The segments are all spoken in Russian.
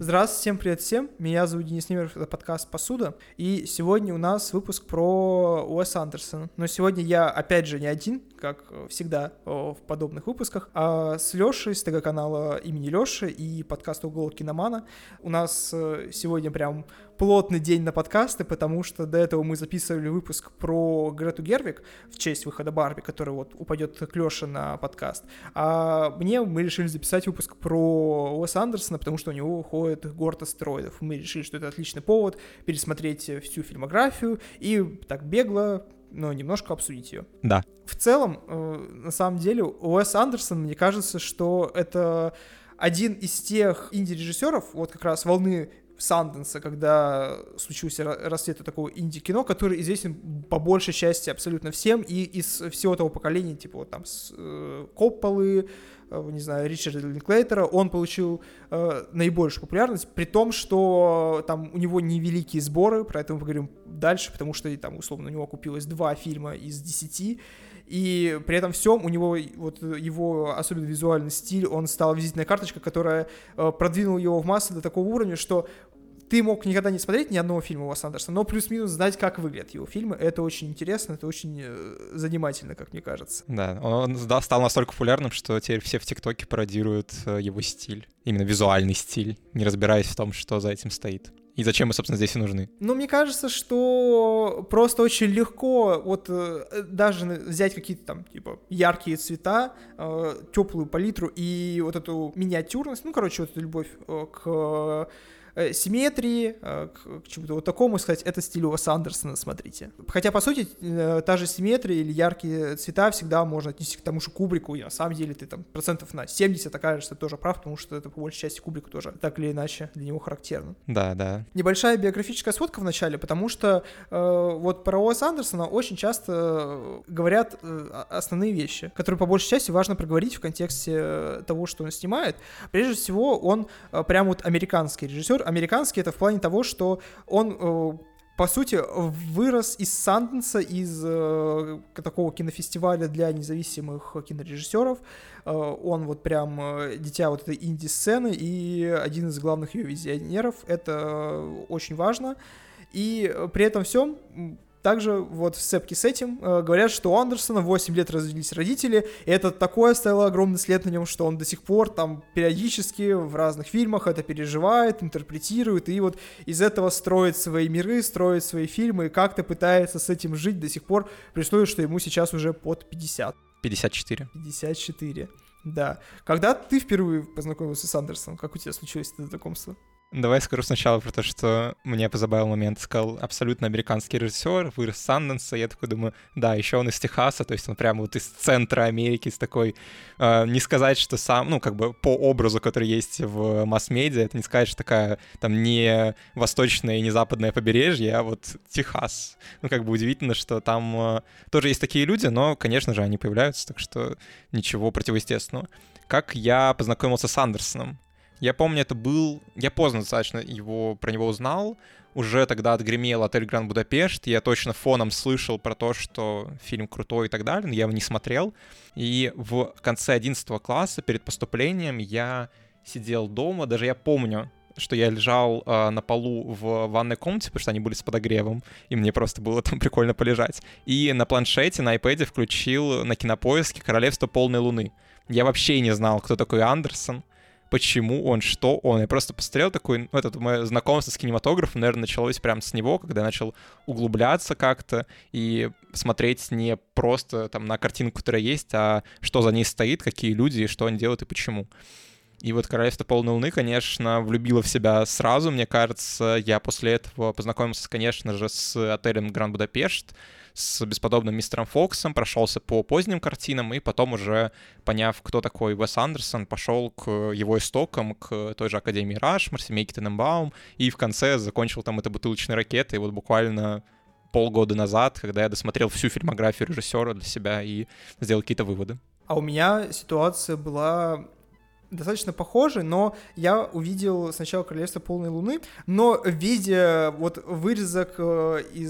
Здравствуйте, всем привет всем. Меня зовут Денис Немеров, это подкаст «Посуда». И сегодня у нас выпуск про Уэса Андерсона. Но сегодня я, опять же, не один, как всегда в подобных выпусках, а с Лешей, с ТГ-канала имени Леши и подкаста «Уголок киномана». У нас сегодня прям плотный день на подкасты, потому что до этого мы записывали выпуск про Грету Гервиг в честь выхода Барби, который вот упадет к Леше на подкаст. А мы решили записать выпуск про Уэса Андерсона, потому что у него выходит «Город астероидов». Мы решили, что это отличный повод пересмотреть всю фильмографию и так бегло, но немножко обсудить ее. Да. В целом, на самом деле, Уэс Андерсон, мне кажется, что это один из тех инди-режиссеров, вот как раз волны Санденса, когда случился расцвет такого инди-кино, который известен по большей части абсолютно всем, и из всего того поколения, типа вот там с Копполы, не знаю, Ричарда Линклейтера, он получил наибольшую популярность, при том, что там у него невеликие сборы, про это мы поговорим дальше, потому что там, условно, у него купилось 2 фильма из 10, и при этом всем у него вот его особенно визуальный стиль, он стал визитной карточкой, которая продвинула его в массы до такого уровня, что ты мог никогда не смотреть ни одного фильма Уэса Андерсона, но плюс-минус знать, как выглядят его фильмы. Это очень интересно, это очень занимательно, как мне кажется. Да, он стал настолько популярным, что теперь все в ТикТоке пародируют его стиль, именно визуальный стиль, не разбираясь в том, что за этим стоит. И зачем мы, собственно, здесь и нужны? Ну, мне кажется, что просто очень легко вот даже взять какие-то там, типа, яркие цвета, теплую палитру и вот эту миниатюрность, ну, короче, вот эту любовь к симметрии, к чему-то вот такому, сказать, это стиль Уэса Андерсона, смотрите. Хотя, по сути, та же симметрия или яркие цвета всегда можно отнести к тому же Кубрику, и на самом деле ты там процентов на 70 окажешься тоже прав, потому что это по большей части Кубрику тоже так или иначе для него характерно. Да, да. Небольшая биографическая сводка в начале, потому что вот про Уэса Андерсона очень часто говорят основные вещи, которые по большей части важно проговорить в контексте того, что он снимает. Прежде всего, он прям вот американский режиссер. Американский — это в плане того, что он, по сути, вырос из Санденса, из такого кинофестиваля для независимых кинорежиссеров. Он вот прям дитя вот этой инди-сцены и один из главных ее визионеров. Это очень важно. И при этом всем также вот в сцепке с этим говорят, что у Андерсона 8 лет развелись родители, и это такое оставило огромный след на нем, что он до сих пор там периодически в разных фильмах это переживает, интерпретирует, и вот из этого строит свои миры, строит свои фильмы, и как-то пытается с этим жить до сих пор, при условии, что ему сейчас уже под 50. 54. 54, да. Когда ты впервые познакомился с Андерсоном? Как у тебя случилось это знакомство? Давай скажу сначала про то, что мне позабавил момент. Сказал, абсолютно американский режиссер, вырос с Санденса. Я такой думаю, да, еще он из Техаса, то есть он прямо вот из центра Америки, с такой... не сказать, что сам, ну, как бы по образу, который есть в масс-медиа, это не сказать, что такая там не восточное и не западное побережье, а вот Техас. Ну, как бы удивительно, что там тоже есть такие люди, но, конечно же, они появляются, так что ничего противоестественного. Как я познакомился с Андерсоном? Я помню, это был... Я поздно достаточно про него узнал. Уже тогда отгремел «Отель Гранд Будапешт». Я точно фоном слышал про то, что фильм крутой и так далее, но я его не смотрел. И в конце 11 класса перед поступлением я сидел дома. Даже я помню, что я лежал на полу в ванной комнате, потому что они были с подогревом, и мне просто было там прикольно полежать. И на планшете, на iPad включил на Кинопоиске «Королевство полной луны». Я вообще не знал, кто такой Андерсон, почему он, что он. Я просто посмотрел такой, ну, это мое знакомство с кинематографом, наверное, началось прямо с него, когда я начал углубляться как-то и смотреть не просто там на картинку, которая есть, а что за ней стоит, какие люди, что они делают и почему. И вот «Королевство полной луны», конечно, влюбило в себя сразу, мне кажется. Я после этого познакомился, конечно же, с «Отелем Гранд Будапешт», с «Бесподобным мистером Фоксом», прошелся по поздним картинам, и потом уже, поняв, кто такой Уэс Андерсон, пошел к его истокам, к той же Академии Рашмор, семейке Тененбаум, и в конце закончил там этой бутылочной ракетой. И вот буквально полгода назад, когда я досмотрел всю фильмографию режиссера для себя и сделал какие-то выводы. А у меня ситуация была достаточно похожи, но я увидел сначала «Королевство полной луны», но видя вот вырезок из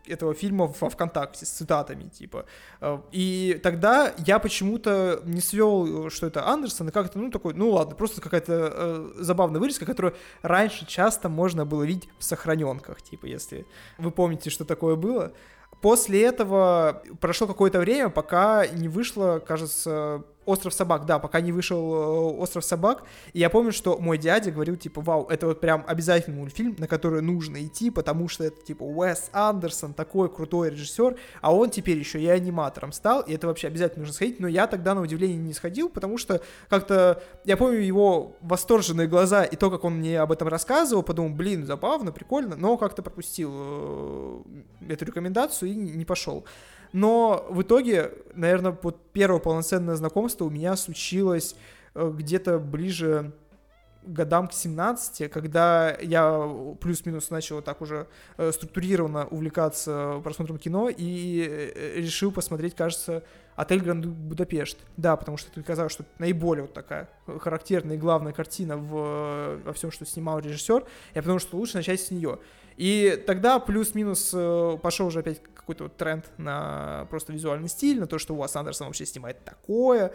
этого фильма во ВКонтакте с цитатами, типа. И тогда я почему-то не свел, что это Андерсон, и как-то, такой, ладно, просто какая-то забавная вырезка, которую раньше часто можно было видеть в сохраненках, типа, если вы помните, что такое было. После этого прошло какое-то время, пока не вышло, кажется, «Остров собак», да, пока не вышел «Остров собак», и я помню, что мой дядя говорил, типа, вау, это вот прям обязательный мультфильм, на который нужно идти, потому что это, типа, Уэс Андерсон, такой крутой режиссер, а он теперь еще и аниматором стал, и это вообще обязательно нужно сходить, но я тогда, на удивление, не сходил, потому что как-то, я помню его восторженные глаза и то, как он мне об этом рассказывал, подумал, блин, забавно, прикольно, но как-то пропустил эту рекомендацию и не пошел. Но в итоге, наверное, вот первое полноценное знакомство у меня случилось где-то ближе к годам к 17, когда я плюс-минус начал так уже структурированно увлекаться просмотром кино и решил посмотреть, кажется, «Отель Гранд Будапешт». Да, потому что это казалось, что это наиболее вот такая характерная и главная картина во всем, что снимал режиссер. Я подумал, что лучше начать с нее. И тогда плюс-минус пошел уже опять какой-то вот тренд на просто визуальный стиль, на то, что Уэс Андерсон вообще снимает такое.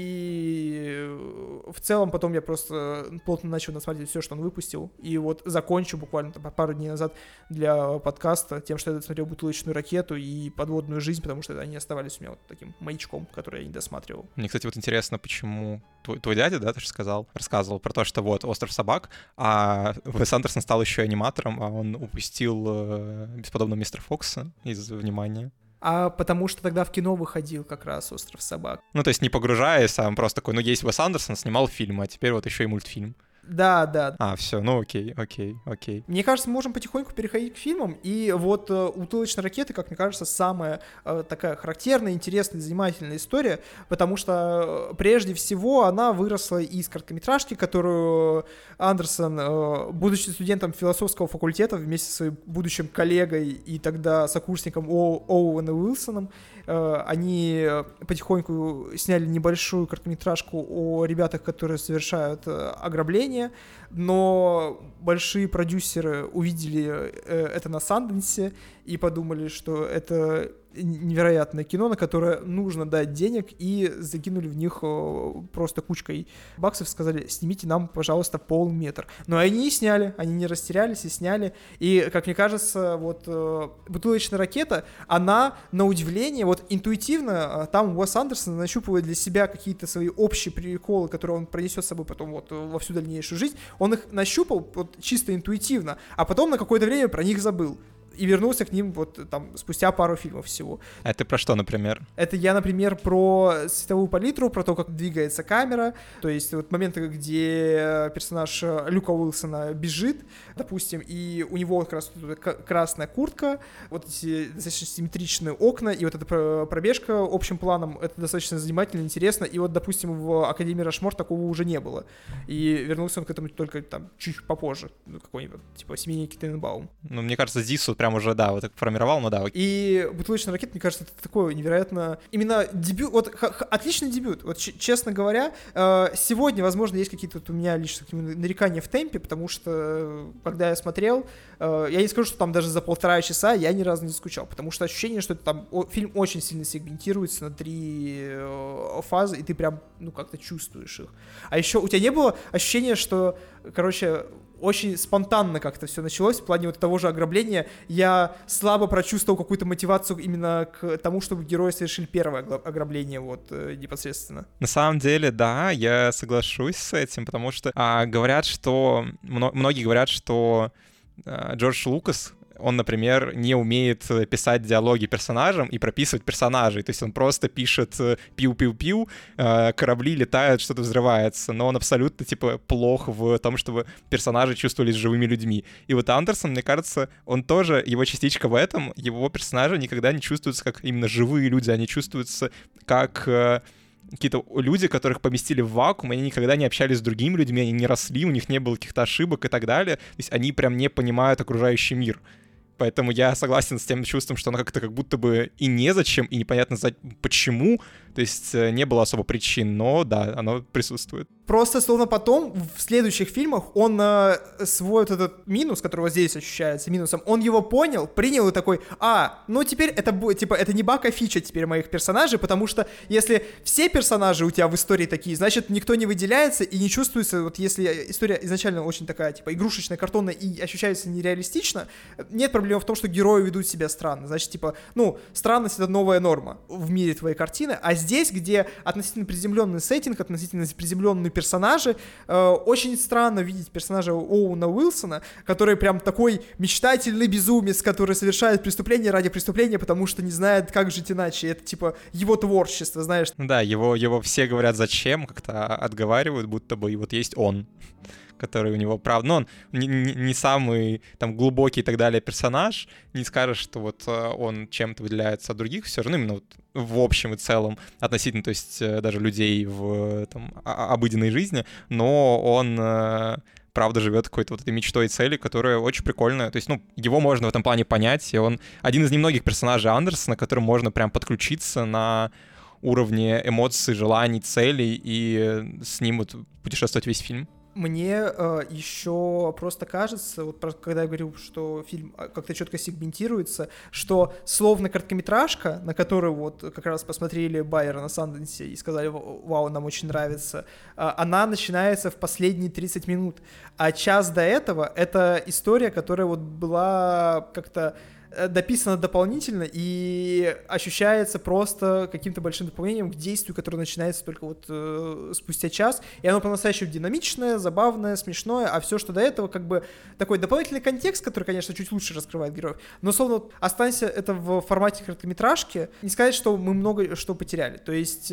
И в целом потом я просто плотно начал насмотреть все, что он выпустил. И вот закончу буквально пару дней назад для подкаста тем, что я досмотрел «Бутылочную ракету» и «Подводную жизнь», потому что они оставались у меня вот таким маячком, который я не досматривал. Мне, кстати, вот интересно, почему твой дядя, да, ты же рассказывал про то, что вот «Остров собак», а Уэс Андерсон стал еще аниматором, а он упустил бесподобного мистера Фокса из внимания. А потому что тогда в кино выходил как раз «Остров собак». Ну, то есть не погружаясь, а он просто такой, есть Уэс Андерсон, снимал фильм, а теперь вот еще и мультфильм. Да. Все, окей. Мне кажется, мы можем потихоньку переходить к фильмам, и вот «Бутылочная ракета», как мне кажется, самая такая характерная, интересная, занимательная история, потому что прежде всего она выросла из короткометражки, которую Андерсон, будучи студентом философского факультета, вместе со своим будущим коллегой и тогда сокурсником Оуэном Уилсоном, они потихоньку сняли небольшую короткометражку о ребятах, которые совершают ограбление, но большие продюсеры увидели это на Санденсе и подумали, что это невероятное кино, на которое нужно дать денег, и закинули в них просто кучкой баксов, сказали, снимите нам, пожалуйста, полметр. Но они и сняли, они не растерялись и сняли. И, как мне кажется, вот «Бутылочная ракета», она, на удивление, вот интуитивно, там Уэс Андерсон нащупывает для себя какие-то свои общие приколы, которые он пронесет с собой потом вот во всю дальнейшую жизнь. Он их нащупал вот чисто интуитивно, а потом на какое-то время про них забыл. И вернулся к ним вот там спустя пару фильмов всего. А это про что, например? Это я, например, про световую палитру, про то, как двигается камера. То есть вот моменты, где персонаж Люка Уилсона бежит, допустим, и у него как раз красная куртка, вот эти достаточно симметричные окна, и вот эта пробежка общим планом, это достаточно занимательно, интересно. И вот, допустим, в «Академии Рашмор» такого уже не было. И вернулся он к этому только там чуть попозже. Какой-нибудь, типа, «Семейники Тененбаум». Ну, мне кажется, здесь вот прям уже, да, вот так формировал, ну да. И «Бутылочная ракета», мне кажется, это такое невероятно... Именно дебют, вот отличный дебют. Вот честно говоря, сегодня, возможно, есть какие-то вот у меня лишь нарекания в темпе, потому что, когда я смотрел, я не скажу, что там даже за 1,5 часа я ни разу не скучал, потому что ощущение, что это там фильм очень сильно сегментируется на 3 фазы, и ты прям, как-то чувствуешь их. А еще у тебя не было ощущения, что, короче, очень спонтанно как-то все началось в плане вот того же ограбления. Я слабо прочувствовал какую-то мотивацию именно к тому, чтобы герои совершили первое ограбление вот непосредственно. На самом деле, да, я соглашусь с этим, потому что говорят, что... Многие говорят, что Джордж Лукас, он, например, не умеет писать диалоги персонажам и прописывать персонажей. То есть он просто пишет пиу-пиу-пиу, корабли летают, что-то взрывается. Но он абсолютно, плох в том, чтобы персонажи чувствовались живыми людьми. И вот Андерсон, мне кажется, он тоже, его частичка в этом, его персонажи никогда не чувствуются как именно живые люди, они чувствуются как... какие-то люди, которых поместили в вакуум, они никогда не общались с другими людьми, они не росли, у них не было каких-то ошибок и так далее. То есть они прям не понимают окружающий мир. Поэтому я согласен с тем чувством, что она как-то как будто бы и незачем, и непонятно почему. То есть не было особо причин, но да, оно присутствует. Просто словно потом в следующих фильмах он свой вот этот минус, который вот здесь ощущается минусом, он его понял, принял и такой: ну теперь это будет, типа, это не баг, а фича теперь моих персонажей, потому что если все персонажи у тебя в истории такие, значит никто не выделяется и не чувствуется, вот если история изначально очень такая, типа, игрушечная, картонная и ощущается нереалистично, нет проблем в том, что герои ведут себя странно, значит, типа, странность — это новая норма в мире твоей картины, а здесь, где относительно приземленный сеттинг, относительно приземленный персонажи. Очень странно видеть персонажа Оуэна Уилсона, который прям такой мечтательный безумец, который совершает преступление ради преступления, потому что не знает, как жить иначе. Это типа его творчество, знаешь. Да, его все говорят зачем, как-то отговаривают, будто бы и вот есть он, который у него, правда, он не самый там глубокий и так далее персонаж, не скажешь, что вот он чем-то выделяется от других, все равно именно вот в общем и целом относительно, то есть даже людей в там, обыденной жизни, но он правда живет какой-то вот этой мечтой и целью, которая очень прикольная. То есть, его можно в этом плане понять, и он один из немногих персонажей Андерсона, к которым можно прям подключиться на уровне эмоций, желаний, целей, и с ним вот путешествовать весь фильм. Мне еще просто кажется, вот когда я говорю, что фильм как-то четко сегментируется, что словно короткометражка, на которую вот как раз посмотрели Байера на Санденсе и сказали: вау, нам очень нравится, она начинается в последние 30 минут, а час до этого — это история, которая вот была как-то дописано дополнительно и ощущается просто каким-то большим дополнением к действию, которое начинается только вот спустя час, и оно по-настоящему динамичное, забавное, смешное, а все, что до этого, как бы такой дополнительный контекст, который, конечно, чуть лучше раскрывает героев, но словно останься это в формате короткометражки, не сказать, что мы много что потеряли, то есть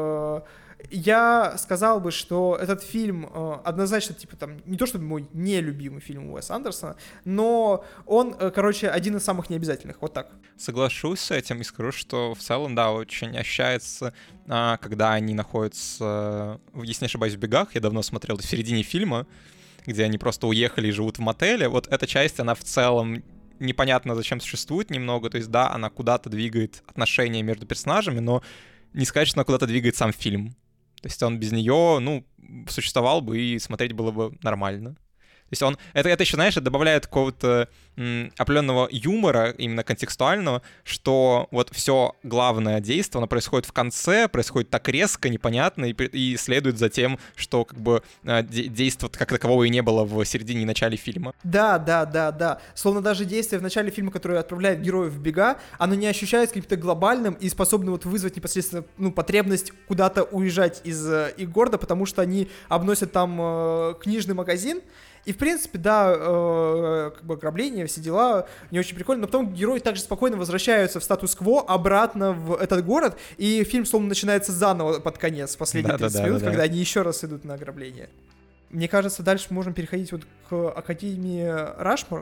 я сказал бы, что этот фильм однозначно, типа, там, не то чтобы мой нелюбимый фильм Уэса Андерсона, но он, короче, один из самых необязательных, вот так. Соглашусь с этим и скажу, что в целом, да, очень ощущается, когда они находятся, если не ошибаюсь, в бегах, я давно смотрел, в середине фильма, где они просто уехали и живут в мотеле, вот эта часть, она в целом непонятно зачем существует немного, то есть, да, она куда-то двигает отношения между персонажами, но не сказать, что она куда-то двигает сам фильм. То есть он без нее, существовал бы и смотреть было бы нормально. То есть это еще, знаешь, добавляет какого-то определенного юмора, именно контекстуального, что вот все главное действие, оно происходит в конце, происходит так резко, непонятно, и следует за тем, что как бы действия как такового и не было в середине и начале фильма. Да. Словно даже действие в начале фильма, которое отправляет героев в бега, оно не ощущается каким-то глобальным и способным вот вызвать непосредственно потребность куда-то уезжать из их города, потому что они обносят там книжный магазин. И, в принципе, да, как бы ограбление, все дела, не очень прикольно, но потом герои также спокойно возвращаются в статус-кво обратно в этот город, и фильм словно начинается заново под конец, последние 30 минут, когда они еще раз идут на ограбление. Мне кажется, дальше мы можем переходить вот к Академии Рашмор,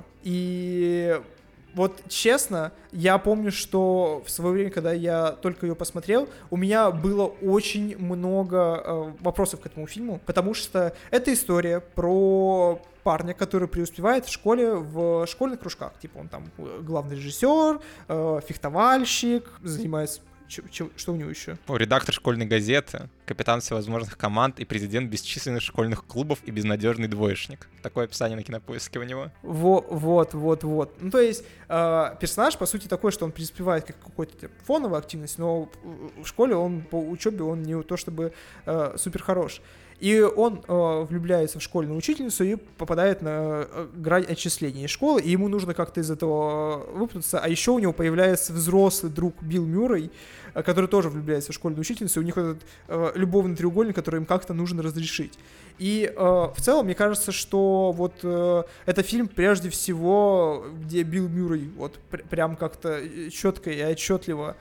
и вот честно, я помню, что в свое время, когда я только ее посмотрел, у меня было очень много вопросов к этому фильму, потому что это история про парня, который преуспевает в школе, в школьных кружках. Типа он там главный режиссер, фехтовальщик, занимается... Что у него еще? Редактор школьной газеты, капитан всевозможных команд и президент бесчисленных школьных клубов и безнадежный двоечник. Такое описание на Кинопоиске у него. Вот. То есть персонаж, по сути, такой, что он преуспевает как какой-то фоновой активности, но в школе он по учебе он не то чтобы супер хорош. И он влюбляется в школьную учительницу и попадает на грань отчисления из школы, и ему нужно как-то из этого выпутаться. А еще у него появляется взрослый друг Билл Мюррей, который тоже влюбляется в школьную учительницу, и у них этот любовный треугольник, который им как-то нужно разрешить. И в целом, мне кажется, что вот это фильм прежде всего, где Билл Мюррей вот прям как-то четко и отчетливо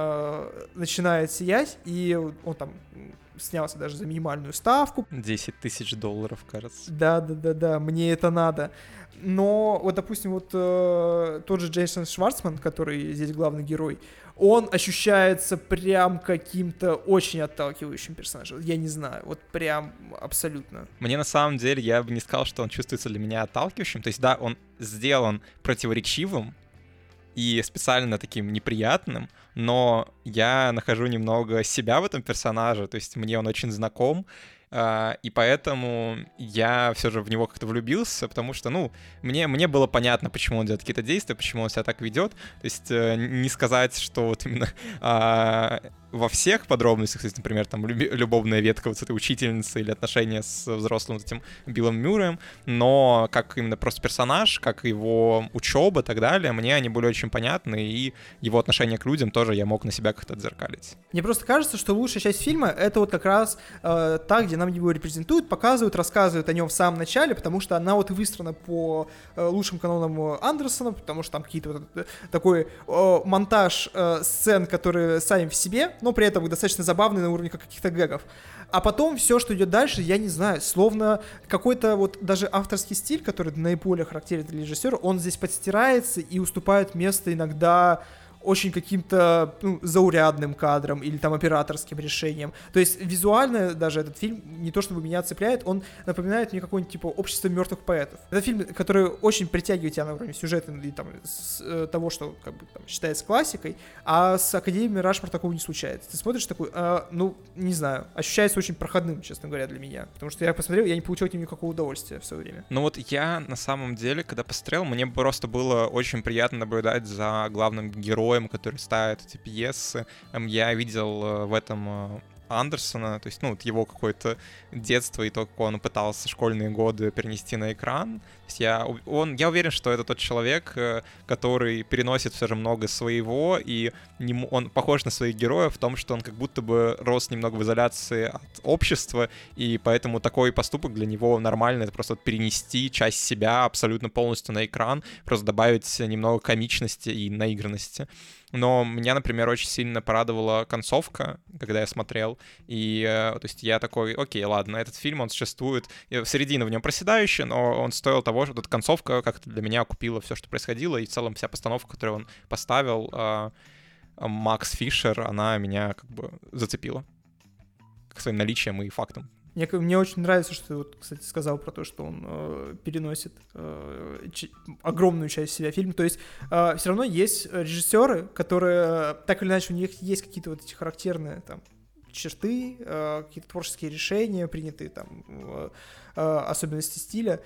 начинает сиять, и он там снялся даже за минимальную ставку. $10 тысяч, кажется. Да, мне это надо. Но вот, допустим, вот тот же Джейсон Шварцман, который здесь главный герой, он ощущается прям каким-то очень отталкивающим персонажем. Я не знаю, вот прям абсолютно. Мне на самом деле, я бы не сказал, что он чувствуется для меня отталкивающим. То есть, да, он сделан противоречивым, и специально таким неприятным, но я нахожу немного себя в этом персонаже, то есть мне он очень знаком, и поэтому я все же в него как-то влюбился, потому что, ну, мне было понятно, почему он делает какие-то действия, почему он себя так ведет. То есть не сказать, что вот именно во всех подробностях, то есть, например, там любовная ветка вот с этой учительницей или отношения с взрослым вот этим Биллом Мюрреем, но как именно просто персонаж, как его учеба и так далее, мне они были очень понятны, и его отношение к людям тоже я мог на себя как-то отзеркалить. Мне просто кажется, что лучшая часть фильма — это вот как раз та, где нам его репрезентуют, показывают, рассказывают о нем в самом начале, потому что она вот выстроена по лучшим канонам Андерсона, потому что там какие-то вот такой монтаж сцен, которые сами в себе, но при этом достаточно забавные на уровне каких-то гэгов. А потом все, что идет дальше, я не знаю, словно какой-то вот даже авторский стиль, который наиболее характерен для режиссера, он здесь подстирается и уступает место иногда очень каким-то заурядным кадром или там операторским решением. То есть визуально даже этот фильм не то чтобы меня цепляет, он напоминает мне какое-нибудь типа «Общество мертвых поэтов». Это фильм, который очень притягивает тебя на уровне сюжета и там с того, что как бы там считается классикой, а с Академией Рашмор такого не случается. Ты смотришь такой, не знаю, ощущается очень проходным, честно говоря, для меня. Потому что я посмотрел, я не получил от него никакого удовольствия в свое время. Ну вот я на самом деле, когда посмотрел, мне просто было очень приятно наблюдать за главным героем, который ставит эти пьесы. Я видел в этом Андерсона, то есть, ну, вот его какое-то детство и то, как он пытался школьные годы перенести на экран. То есть я уверен, что это тот человек, который переносит все же много своего, и он похож на своих героев в том, что он как будто бы рос немного в изоляции от общества, и поэтому такой поступок для него нормально, это просто перенести часть себя абсолютно полностью на экран, просто добавить немного комичности и наигранности. Но меня, например, очень сильно порадовала концовка, когда я смотрел, и, то есть, я такой, окей, ладно, этот фильм, он существует, середина в нем проседающая, но он стоил того, что эта концовка как-то для меня окупила все, что происходило, и в целом вся постановка, которую он поставил, Макс Фишер, она меня как бы зацепила к своим наличием и фактам. Мне очень нравится, что ты, вот, кстати, сказал про то, что он переносит огромную часть себя фильма. То есть все равно есть режиссеры, которые, так или иначе, у них есть какие-то вот эти характерные там черты, какие-то творческие решения, принятые там особенности стиля,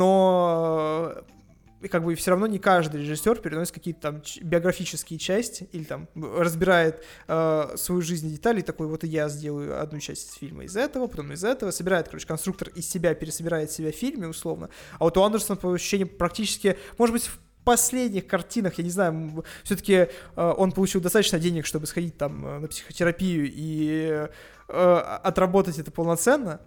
но как бы все равно не каждый режиссер переносит какие-то там биографические части или там разбирает свою жизнь и детали, и такой, вот и я сделаю одну часть фильма из этого, потом из этого, собирает, короче, конструктор из себя, пересобирает себя в фильме, условно. А вот у Андерсона, по ощущениям, практически, может быть, в последних картинах, я не знаю, все-таки он получил достаточно денег, чтобы сходить там на психотерапию и отработать это полноценно,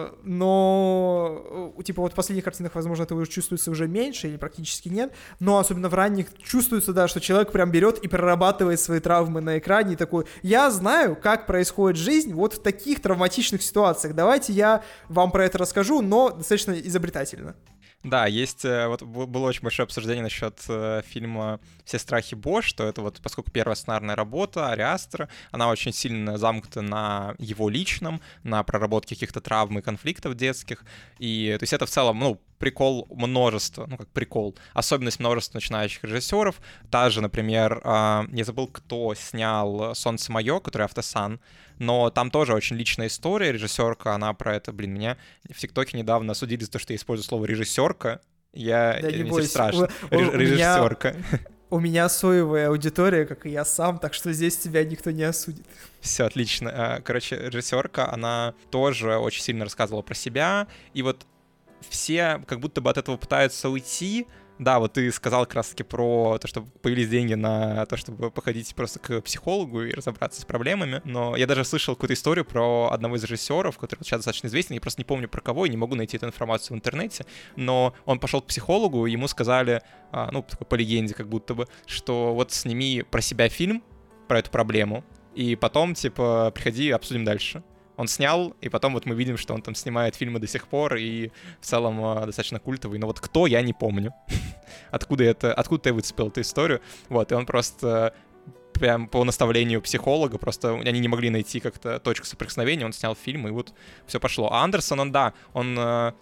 но типа вот в последних картинах, возможно, это уже чувствуется уже меньше или практически нет, но особенно в ранних чувствуется, да, что человек прям берет и прорабатывает свои травмы на экране и такой, я знаю, как происходит жизнь вот в таких травматичных ситуациях, давайте я вам про это расскажу, но достаточно изобретательно. Да, есть, вот было очень большое обсуждение насчет фильма «Все страхи Бо», что это вот, поскольку первая сценарная работа Ари Астера, она очень сильно замкнута на его личном, на проработке каких-то травм и конфликтов детских, и то есть это в целом, ну, прикол множества, ну как прикол, особенность множества начинающих режиссеров. Та же, например, я забыл, кто снял «Солнце мое», который «Автосан», но там тоже очень личная история, режиссерка, она про это, меня в ТикТоке недавно осудили за то, что я использую слово «режиссерка». Да не бойся. Страшно. Режиссерка. У меня соевая аудитория, как и я сам, так что здесь тебя никто не осудит. Все, отлично. Короче, режиссерка, она тоже очень сильно рассказывала про себя, и вот все как будто бы от этого пытаются уйти. Да, вот ты сказал как раз-таки про то, что появились деньги на то, чтобы походить просто к психологу и разобраться с проблемами, но я даже слышал какую-то историю про одного из режиссеров, который сейчас достаточно известен, я просто не помню про кого и не могу найти эту информацию в интернете, но он пошел к психологу, и ему сказали, ну, по легенде как будто бы, что вот сними про себя фильм, про эту проблему, и потом, типа, приходи, обсудим дальше. Он снял, и потом вот мы видим, что он там снимает фильмы до сих пор, и в целом достаточно культовый. Но вот кто, я не помню. Откуда я выцепил эту историю. Вот, и он просто прям по наставлению психолога, просто они не могли найти как-то точку соприкосновения, он снял фильм, и вот все пошло. А Андерсон, он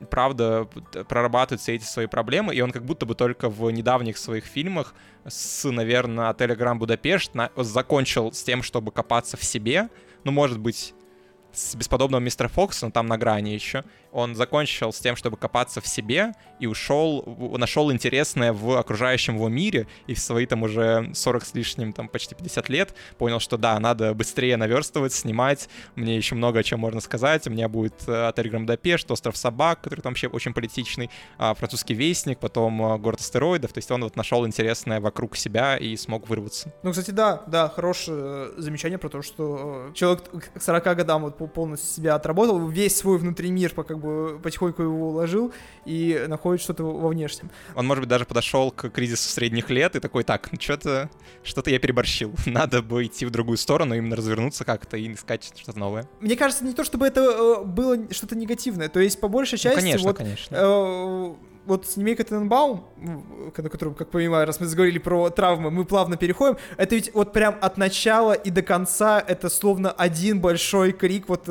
правда прорабатывает все эти свои проблемы, и он как будто бы только в недавних своих фильмах наверное, «Отеля Гранд Будапешт» закончил с тем, чтобы копаться в себе, ну, может быть, с «Бесподобного мистера Фокса», но там на грани еще. Он закончил с тем, чтобы копаться в себе, и нашел интересное в окружающем его мире, и в свои там уже 40 с лишним, там почти 50 лет понял, что да, надо быстрее наверстывать, снимать, мне еще много о чем можно сказать, у меня будет «Отель Гранд Будапешт», «Остров собак», который там вообще очень политичный, «Французский вестник», потом «Город астероидов», то есть он вот нашел интересное вокруг себя и смог вырваться. Ну, кстати, да, хорошее замечание про то, что человек к 40 годам вот полностью себя отработал, весь свой внутренний мир как бы потихоньку его уложил и находит что-то во внешнем. Он, может быть, даже подошел к кризису средних лет и такой, так, что-то я переборщил. Надо бы идти в другую сторону, именно развернуться как-то и искать что-то новое. Мне кажется, не то, чтобы это было что-то негативное. То есть, по большей части... Ну, конечно. Вот «Семейка Тененбаум», на котором, как понимаю, раз мы заговорили про травмы, мы плавно переходим, это ведь вот прям от начала и до конца это словно один большой крик вот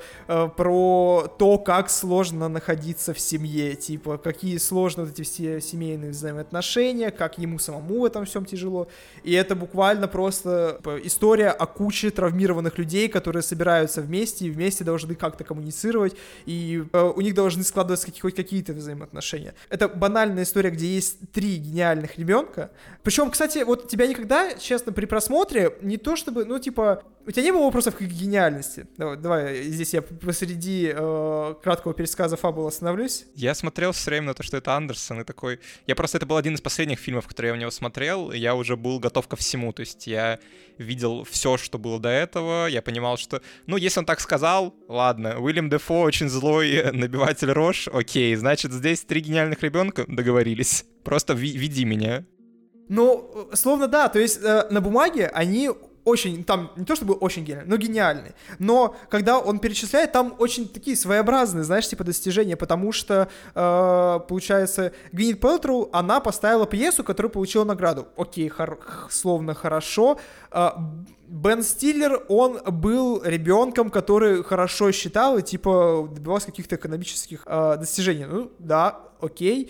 про то, как сложно находиться в семье, типа, какие сложны вот эти все семейные взаимоотношения, как ему самому в этом всем тяжело. И это буквально просто история о куче травмированных людей, которые собираются вместе и вместе должны как-то коммуницировать, и у них должны складываться хоть какие-то взаимоотношения. Это банальная история, где есть 3 гениальных ребенка. Причем, кстати, вот тебя никогда, честно, при просмотре, не то чтобы, ну, типа, у тебя не было вопросов к гениальности? Давай здесь я посреди краткого пересказа фабулы остановлюсь. Я смотрел все время на то, что это Андерсон, и такой... Это был один из последних фильмов, которые я в него смотрел, и я уже был готов ко всему, то есть я видел все, что было до этого, я понимал, что, ну, если он так сказал, ладно, Уильям Дефо очень злой набиватель рож, окей, значит, здесь 3 гениальных ребенка, договорились, просто веди меня. Ну, словно да, то есть на бумаге они очень, там не то чтобы очень гениальные, но гениальные. Но когда он перечисляет, там очень такие своеобразные, знаешь, типа достижения, потому что, получается, Гвинет Пэлтроу, она поставила пьесу, которая получила награду. Окей, словно хорошо. Бен Стиллер, он был ребенком, который хорошо считал и, типа, добивался каких-то экономических достижений. Ну, да, окей.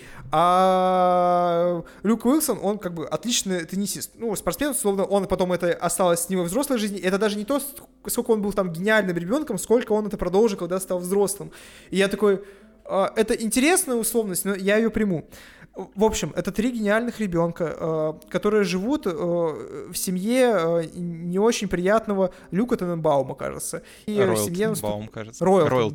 А Люк Уилсон, он как бы отличный теннисист. Ну, спортсмен, условно, он потом это осталось с ним во взрослой жизни. Это даже не то, сколько он был там гениальным ребенком, сколько он это продолжил, когда стал взрослым. И я такой, это интересная условность, но я ее приму. В общем, это 3 гениальных ребенка, которые живут в семье не очень приятного Люка Тененбаума, кажется. И Ройл Тененбаум, кажется. Ройл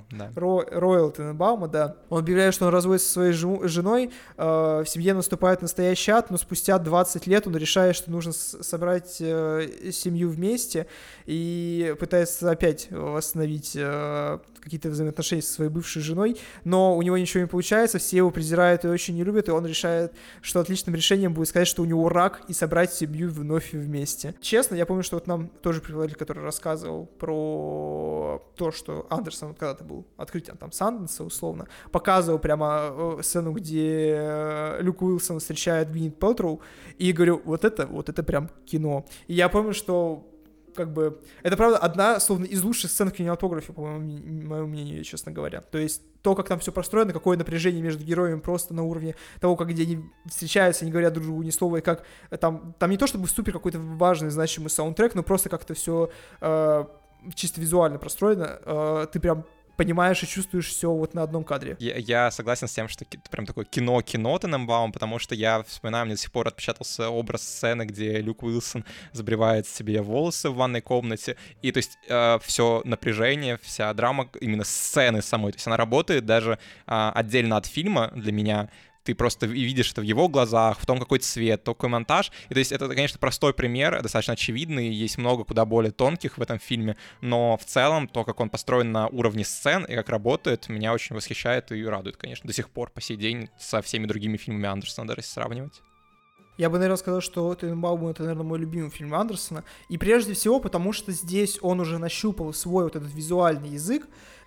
Тененбаума, да. Он объявляет, что он разводится со своей женой, в семье наступает настоящий ад, но спустя 20 лет он решает, что нужно собрать семью вместе и пытается опять восстановить какие-то взаимоотношения со своей бывшей женой, но у него ничего не получается, все его презирают и очень не любят, и он решает, что отличным решением будет сказать, что у него рак, и собрать семью вновь вместе. Честно, я помню, что вот нам тоже преподаватель, который рассказывал про то, что Андерсон когда-то был открытием там Санденса, условно, показывал прямо сцену, где Люк Уилсон встречает Гвинет Пэлтроу, и говорю, вот это прям кино. И я помню, что как бы, это, правда, одна, словно, из лучших сцен в кинематографе, по моему мнению, честно говоря. То есть то, как там все простроено, какое напряжение между героями просто на уровне того, как где они встречаются, не говорят друг другу ни слова, и как там не то чтобы супер какой-то важный, значимый саундтрек, но просто как-то все чисто визуально простроено, ты прям понимаешь и чувствуешь все вот на одном кадре. Я согласен с тем, что это прям такое кино Тененбаум, потому что я вспоминаю, мне до сих пор отпечатался образ сцены, где Люк Уилсон забривает себе волосы в ванной комнате, и то есть все напряжение, вся драма именно сцены самой, то есть она работает даже отдельно от фильма для меня. Ты просто видишь это в его глазах, в том, какой цвет, какой монтаж. И то есть это, конечно, простой пример, достаточно очевидный, есть много куда более тонких в этом фильме, но в целом то, как он построен на уровне сцен и как работает, меня очень восхищает и радует, конечно, до сих пор, по сей день, со всеми другими фильмами Андерсона, даже если сравнивать. Я бы, наверное, сказал, что Тененбаум — это, наверное, мой любимый фильм Андерсона. И прежде всего, потому что здесь он уже нащупал свой вот этот визуальный язык,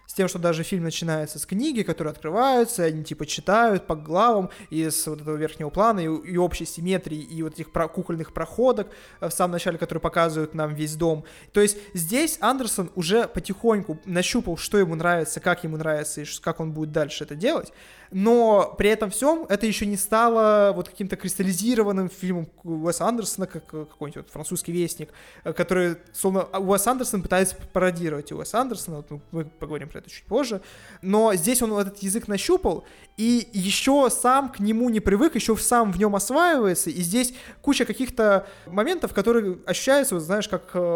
с тем, что даже фильм начинается с книги, которые открываются, они типа читают по главам, и с вот этого верхнего плана, и общей симметрии, и вот этих кукольных проходок в самом начале, которые показывают нам весь дом. То есть здесь Андерсон уже потихоньку нащупал, что ему нравится, как ему нравится, и как он будет дальше это делать. Но при этом всем это еще не стало вот каким-то кристаллизированным фильмом Уэса Андерсона, как какой-нибудь вот «Французский вестник», который, словно, Уэс Андерсон пытается пародировать Уэса Андерсона, вот мы поговорим про это чуть позже, но здесь он этот язык нащупал, и еще сам к нему не привык, еще сам в нем осваивается, и здесь куча каких-то моментов, которые ощущаются, вот знаешь,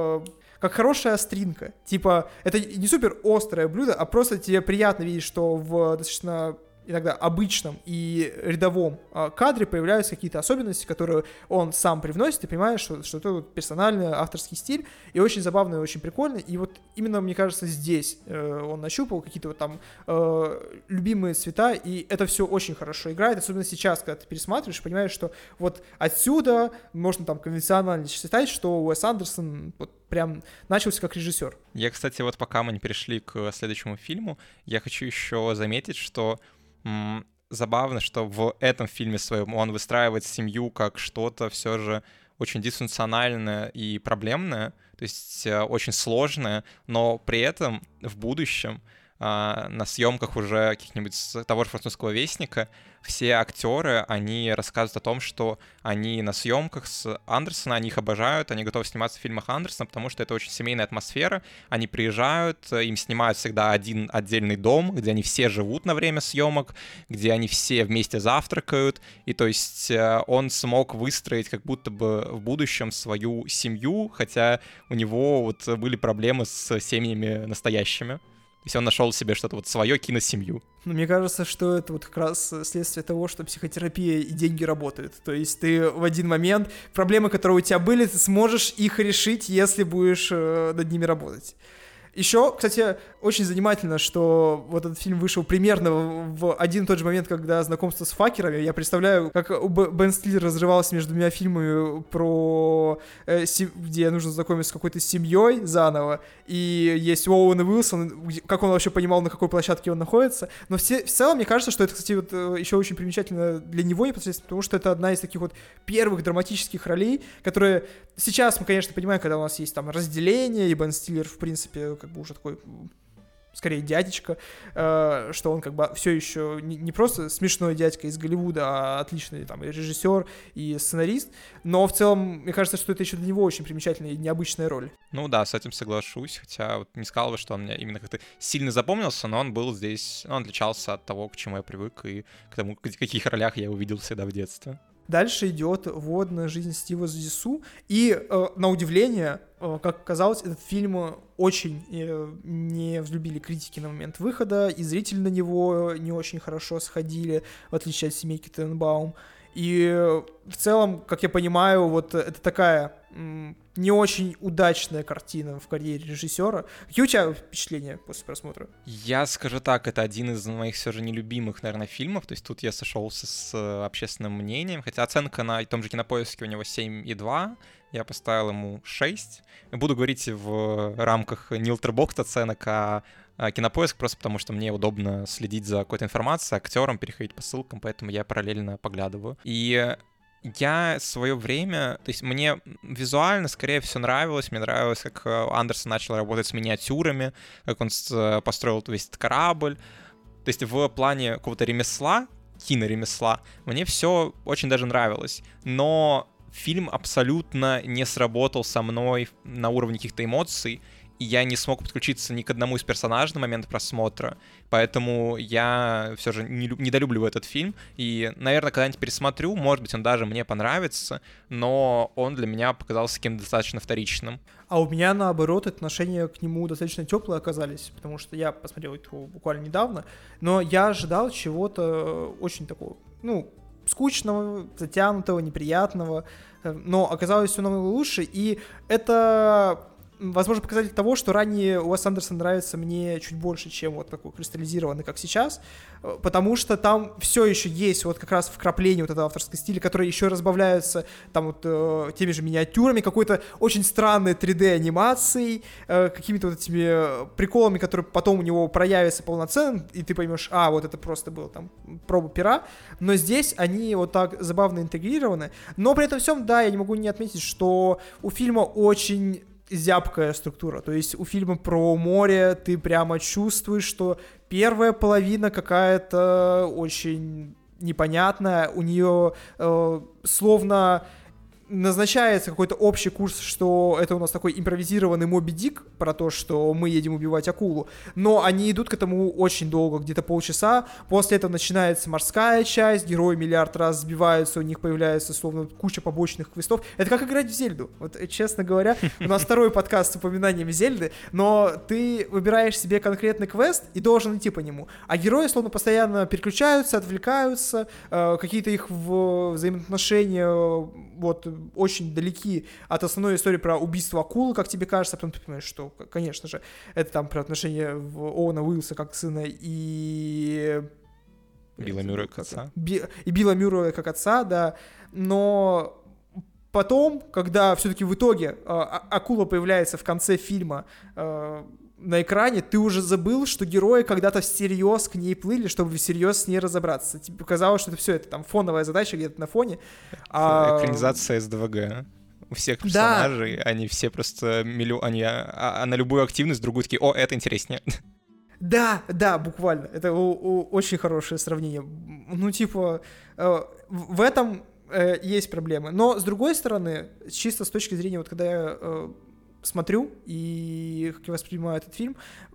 как хорошая остринка. Типа, это не супер острое блюдо, а просто тебе приятно видеть, что в достаточно иногда обычном и рядовом кадре появляются какие-то особенности, которые он сам привносит, и понимаешь, что это вот персональный авторский стиль, и очень забавно, и очень прикольно, и вот именно, мне кажется, здесь он нащупал какие-то вот там любимые цвета, и это все очень хорошо играет, особенно сейчас, когда ты пересматриваешь, понимаешь, что вот отсюда можно там конвенционально считать, что Уэс Андерсон вот прям начался как режиссер. Я, кстати, вот пока мы не перешли к следующему фильму, я хочу еще заметить, что забавно, что в этом фильме своем он выстраивает семью как что-то все же очень дисфункциональное и проблемное, то есть очень сложное, но при этом в будущем на съемках уже каких-нибудь того же «Французского вестника» все актеры, они рассказывают о том, что они на съемках с Андерсона, они их обожают, они готовы сниматься в фильмах Андерсона, потому что это очень семейная атмосфера. Они приезжают, им снимают всегда один отдельный дом, где они все живут на время съемок, где они все вместе завтракают. И то есть он смог выстроить как будто бы в будущем свою семью, хотя у него вот были проблемы с семьями настоящими. То есть он нашел себе что-то вот свое киносемью. Ну, мне кажется, что это вот как раз следствие того, что психотерапия и деньги работают. То есть ты в один момент проблемы, которые у тебя были, ты сможешь их решить, если будешь над ними работать. Еще, кстати, очень занимательно, что вот этот фильм вышел примерно в один и тот же момент, когда знакомство с факерами. Я представляю, как Бен Стиллер разрывался между двумя фильмами про... где нужно знакомиться с какой-то семьей заново, и есть Оуэн Уилсон, как он вообще понимал, на какой площадке он находится. Но в целом, мне кажется, что это, кстати, вот еще очень примечательно для него непосредственно, потому что это одна из таких вот первых драматических ролей, которые сейчас мы, конечно, понимаем, когда у нас есть там разделение, и Бен Стиллер, в принципе, как бы уже такой, скорее, дядечка, что он как бы все еще не просто смешной дядька из Голливуда, а отличный там и режиссер, и сценарист, но в целом, мне кажется, что это еще для него очень примечательная и необычная роль. Ну да, с этим соглашусь, хотя вот не сказал бы, что он мне именно как-то сильно запомнился, но он был здесь, он отличался от того, к чему я привык, и к тому, в каких ролях я увидел всегда в детстве. Дальше идет «Водная жизнь Стива Зису», и, на удивление, как оказалось, этот фильм очень не взлюбили критики на момент выхода, и зрители на него не очень хорошо сходили, в отличие от «Семейки Тененбаум». И в целом, как я понимаю, вот это такая не очень удачная картина в карьере режиссера. Какие у тебя впечатления после просмотра? Я скажу так, это один из моих все же нелюбимых, наверное, фильмов. То есть тут я сошелся с общественным мнением. Хотя оценка на том же Кинопоиске у него 7,2. Я поставил ему 6. Буду говорить в рамках не Letterboxd оценок, а Кинопоиск, просто потому что мне удобно следить за какой-то информацией, актером, переходить по ссылкам, поэтому я параллельно поглядываю. И я в свое время, то есть мне визуально, скорее всего, нравилось. Мне нравилось, как Андерсон начал работать с миниатюрами, как он построил весь этот корабль. То есть в плане какого-то ремесла, киноремесла, мне все очень даже нравилось. Но фильм абсолютно не сработал со мной на уровне каких-то эмоций, и я не смог подключиться ни к одному из персонажей на момент просмотра, поэтому я все же недолюбливаю этот фильм, и, наверное, когда-нибудь пересмотрю, может быть, он даже мне понравится, но он для меня показался каким-то достаточно вторичным. А у меня, наоборот, отношения к нему достаточно теплые оказались, потому что я посмотрел его буквально недавно, но я ожидал чего-то очень такого, скучного, затянутого, неприятного, но оказалось все намного лучше, и это возможно, показатель того, что ранее Уэс Андерсон нравится мне чуть больше, чем вот такой кристаллизированный, как сейчас, потому что там все еще есть вот как раз вкрапление вот этого авторского стиля, которые еще разбавляются там вот теми же миниатюрами, какой-то очень странной 3D-анимацией, какими-то вот этими приколами, которые потом у него проявятся полноценно, и ты поймешь, вот это просто было там проба пера, но здесь они вот так забавно интегрированы, но при этом всем, да, я не могу не отметить, что у фильма очень зябкая структура, то есть у фильма про море ты прямо чувствуешь, что первая половина какая-то очень непонятная, у нее словно назначается какой-то общий курс, что это у нас такой импровизированный Моби Дик про то, что мы едем убивать акулу, но они идут к этому очень долго, где-то полчаса, после этого начинается морская часть, герои миллиард раз сбиваются, у них появляется словно куча побочных квестов. Это как играть в Зельду, вот честно говоря, у нас второй подкаст с упоминанием Зельды, но ты выбираешь себе конкретный квест и должен идти по нему, а герои словно постоянно переключаются, отвлекаются, какие-то их взаимоотношения вот очень далеки от основной истории про убийство акулы, как тебе кажется, а потом ты понимаешь, что, конечно же, это там про отношения Оуэна Уиллса как сына и... Билла Мюррея как отца. И Билла Мюррея как отца, да, но потом, когда все-таки в итоге акула появляется в конце фильма на экране, ты уже забыл, что герои когда-то всерьез к ней плыли, чтобы всерьез с ней разобраться. Тебе казалось, что это все, это там фоновая задача где-то на фоне. Экранизация СДВГ. У всех персонажей, да. Они все просто на любую активность другую такие, это интереснее. Да, буквально. Это очень хорошее сравнение. Ну, типа, в этом есть проблемы. Но, с другой стороны, чисто с точки зрения, вот когда я смотрю и как я воспринимаю этот фильм,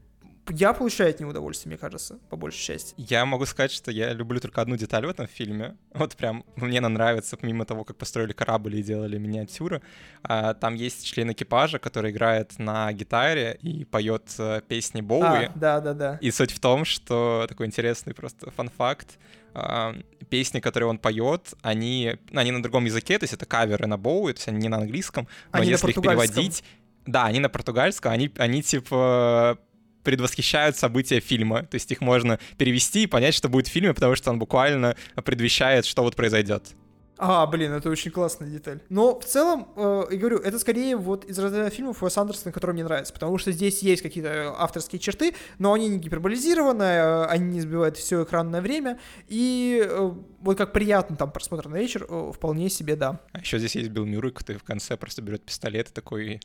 я получаю от него удовольствие, мне кажется, по большей части. Я могу сказать, что я люблю только одну деталь в этом фильме. Вот прям мне она нравится, помимо того, как построили корабль и делали миниатюры. Там есть член экипажа, который играет на гитаре и поет песни Боуи. Да. И суть в том, что такой интересный просто фан-факт. Песни, которые он поет, они на другом языке, то есть это каверы на Боуи, то есть они не на английском, но они если их переводить... Да, они на португальском, они типа предвосхищают события фильма, то есть их можно перевести и понять, что будет в фильме, потому что он буквально предвещает, что вот произойдет. Это очень классная деталь. Но в целом, я говорю, это скорее вот из разряда фильмов Уэса Андерсона, который мне нравится, потому что здесь есть какие-то авторские черты, но они не гиперболизированы, они не сбивают все экранное время, и вот как приятно там просмотр на вечер, вполне себе, да. А еще здесь есть Билл Мюррей, который в конце просто берет пистолет и такой...